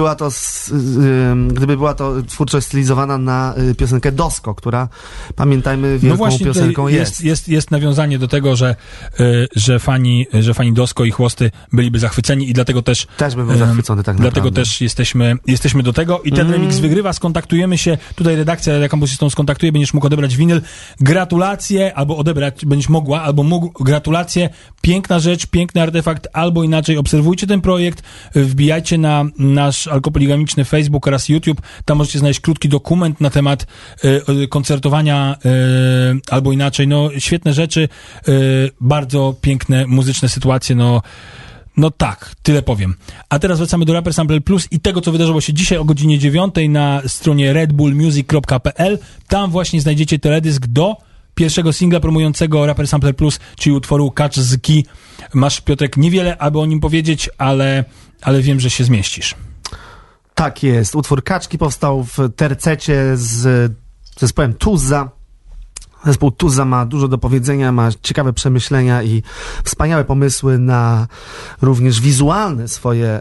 była to twórczość stylizowana na piosenkę Dosko, która, pamiętajmy, wielką piosenką jest. Jest nawiązanie do tego, że fani Dosko i Chłosty byliby zachwyceni i dlatego też bym był zachwycony, tak naprawdę. Dlatego też jesteśmy do tego i ten remix wygrywa. Skontaktujemy się, tutaj redakcja Radia Campus się z tą skontaktuje, będziesz mógł odebrać winyl. Gratulacje, albo odebrać będziesz mogła, albo mógł, gratulacje, piękna rzecz, piękny artefakt, albo inaczej, obserwujcie ten projekt, wbijajcie na nasz alkopoligamiczny Facebook oraz YouTube, tam możecie znaleźć krótki dokument na temat koncertowania, albo inaczej, no świetne rzeczy, bardzo piękne muzyczne sytuacje, no tak, tyle powiem. A teraz wracamy do Rapper Sampler Plus i tego, co wydarzyło się dzisiaj o godzinie 9 na stronie redbullmusic.pl. Tam właśnie znajdziecie teledysk do pierwszego singla promującego Rapper Sampler Plus, czyli utworu Catch the Key. Masz, Piotrek, niewiele, aby o nim powiedzieć, ale wiem, że się zmieścisz. Tak jest. Utwór Kaczki powstał w tercecie z zespołem Tuza. Zespół Tuza ma dużo do powiedzenia, ma ciekawe przemyślenia i wspaniałe pomysły na również wizualne swoje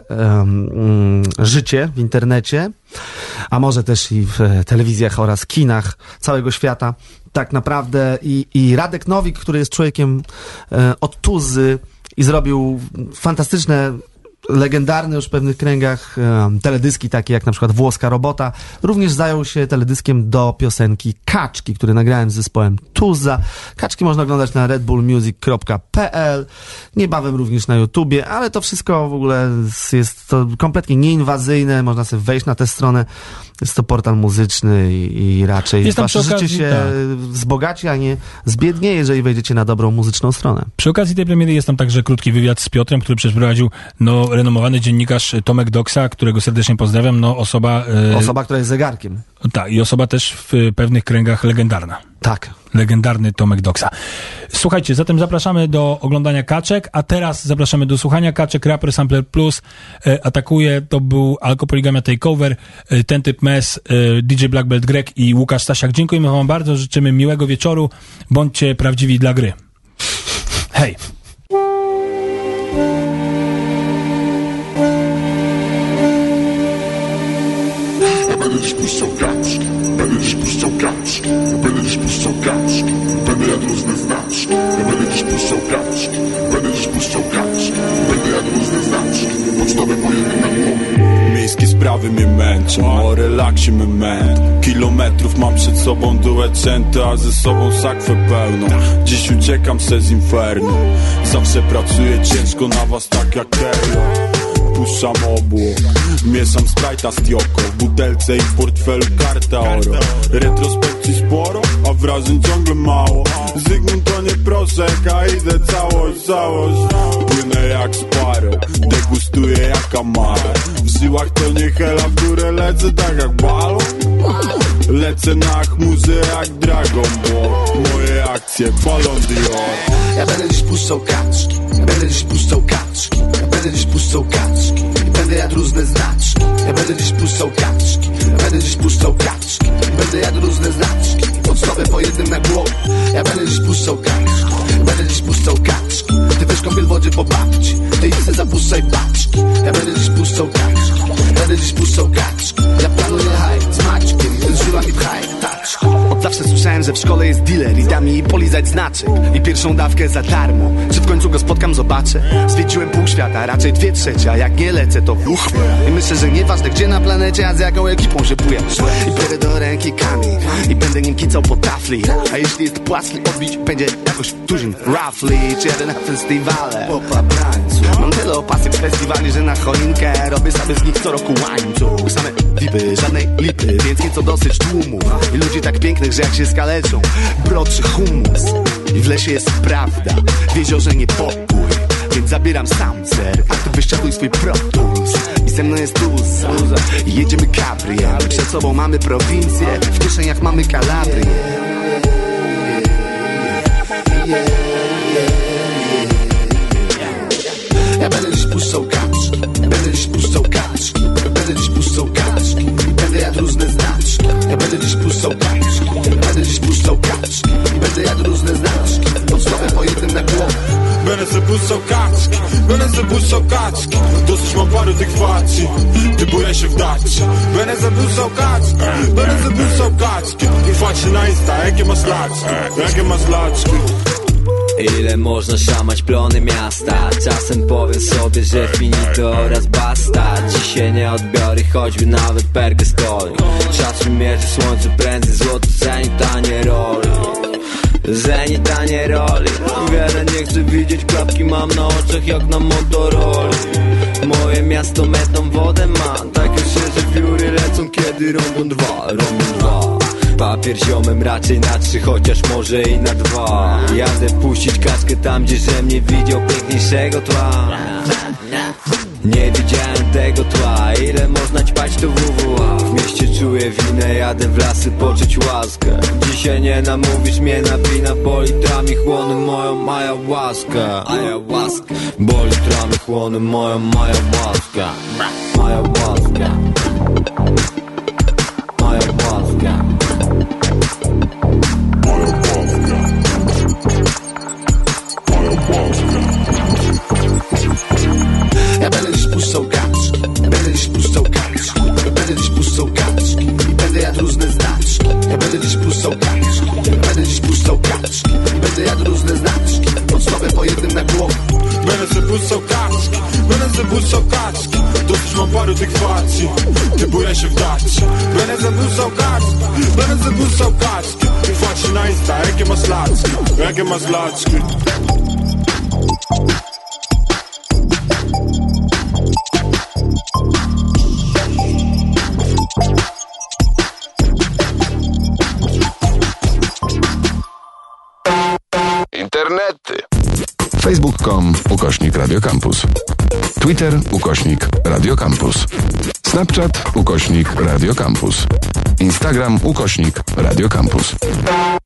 życie w internecie, a może też i w telewizjach oraz kinach całego świata. Tak naprawdę i Radek Nowik, który jest człowiekiem od Tuzy i zrobił fantastyczne, legendarne już w pewnych kręgach teledyski, takie jak na przykład Włoska Robota. Również zajął się teledyskiem do piosenki Kaczki, który nagrałem z zespołem Tuza. Kaczki można oglądać na redbullmusic.pl, niebawem również na YouTubie, ale to wszystko w ogóle jest to kompletnie nieinwazyjne, można sobie wejść na tę stronę. Jest to portal muzyczny i raczej wasze życie się wzbogaci, a nie zbiednie, jeżeli wejdziecie na dobrą muzyczną stronę. Przy okazji tej premiery jest tam także krótki wywiad z Piotrem, który przeprowadził renomowany dziennikarz Tomek Doksa, którego serdecznie pozdrawiam. Osoba, która jest zegarkiem. Tak, i osoba też w pewnych kręgach legendarna. Tak. Legendarny Tomek Doksa. Słuchajcie, zatem zapraszamy do oglądania Kaczek, a teraz zapraszamy do słuchania Kaczek. Rapper Sampler Plus atakuje. To był Alkopoligamia Takeover, Ten Typ Mes, DJ Black Belt Greg i Łukasz Stasiak. Dziękujemy wam bardzo, życzymy miłego wieczoru. Bądźcie prawdziwi dla gry. Hej! Będę dziś puszczał kaczki, będę dziś puszczał kaczki, będę dziś puszczał kaczki, będę jadł różne znaczki. Ja będę dziś puszczał kaczki, będę dziś puszczał kaczki, będę jadł różne znaczki. Pocztowe pojedynki na głowie. Miejskie sprawy mnie męczą, o relaksie my męt. Kilometrów mam przed sobą dueczenty, a ze sobą sakwę pełną. Dziś uciekam se z inferno. Zawsze pracuję ciężko na was tak jak Taylor. Puszczam obłok, mieszam Sprite'a z Tioko, w butelce i w portfelu karta oro. Retrospekcji sporo, a wrażeń ciągle mało. Zygmunt to nie proszek, a idę całość. Płynę jak Sparrow, degustuję jak Amaro. W żyłach to nie hela, w górę lecę tak jak balon. Lecę na chmurze jak Dragon Ball. Moje akcje, balon Dior. Ja będę dziś puszczał kaczki, będę dziś puszczał kaczki, będę dziś puszczał kaczki, będę jadł różne znaczki. Ja będę dziś puszczał kaczki, będę dziś puszczał kaczki, będę jadł różne znaczki. Pocztowe po jednym na głowę. Ja będę dziś puszczał kaczki, będę dziś puszczał kaczki. Ty weź kąpiel w wodzie po babci, ty idź se zapuszczaj babczki. Ja będę dziś puszczał kaczki, będę dziś puszczał kaczki. Ja planuję haj z Maćkiem, ty z żulami pchaj taczki. Od zawsze słyszałem, że w szkole jest dealer i da mi polizać znaczek i pierwszą dawkę za darmo. Czy w końcu go spotkam, zobaczę. Zwiedziłem pół świata, raczej 2/3, a jak nie lecę to i myślę, że nieważne gdzie na planecie, a z jaką ekipą się pujesz. I biorę do ręki kamień i będę nim kicał po tafli. A jeśli jest płaski, odbić będzie jakoś tuzin roughly. Czy jadę na festiwale mam tyle opasek z festiwali, że na choinkę robię sobie z nich co roku łańcuch. Same vipy, żadnej lipy, więc nieco dosyć tłumów i ludzi tak pięknych, że jak się skaleczą broczy humus. I w lesie jest prawda, w jeziorze nie pokój, więc zabieram samcer, a ty wyściaduj swój protus. I ze mną jest Tuza i jedziemy kabriem. Przed sobą mamy prowincję, w kieszeniach mamy Kalabrię. Ja będę dziś puszczał kaczki, będę dziś puszczał kaczki, będę dziś puszczał kaczki, będę jadł różne znaczki. Ja będę dziś puszczał kaczki, będę dziś puszczał kaczki, będę jadł różne znaczki. Pocztowe po jednym na głowę. Będę se puszczał kaczki, będę se puszczał kaczki. Dosyć mam paru tych facji, typuję się w daci. Będę se puszczał kaczki, będę se puszczał kaczki. Faci na Insta, jakie masz laczki, jakie masz laczki. Ile można szamać plony miasta? Czasem powiem sobie, że finito oraz basta. Dzisiaj nie odbiory, choćby nawet perkę z coli. Czas mi mierzy słońce prędzej, złoto ceni tanie roli. myślenie, tanie roli. Wiele nie chcę widzieć, klapki mam na oczach jak na Motorola. Moje miasto metą wodę ma, takie świeże wióry lecą kiedy rondon 2. Papier ziomem raczej na 3, chociaż może i na 2. Jadę puścić kaskę tam, gdzie że mnie widział piękniejszego tła. Nie widziałem tego tła, ile można ćpać to WWA. W mieście czuję winę, jadę w lasy poczuć łaskę. Dzisiaj nie namówisz mnie na pina, bo litrami chłonę moją ayahuaskę. Bo litrami chłonę moją ayahuaskę. Ayahuaskę. Ayahuaskę. Ja będę dziś puszczał kaczki, będę dziś puszczał kaczki, będę dziś puszczał kaczki i będę jadł różne znaczki. Ja będę dziś puszczał kaczki, będę dziś puszczał kaczki i będę jadł różne znaczki. Pocztowe po jednym na głowę. Będę se puszczał kaczki, będę se puszczał kaczki. Dosyć mam paru tych facji, typuję się w dacie. Będę se puszczał kaczki, będę se puszczał kaczki. Faci na Insta, jakie masz laczki, jakie masz laczki. Internety. Facebook.com/Radio Campus. Twitter /Radio Campus. Snapchat /Radio Campus. Instagram /Radio Campus.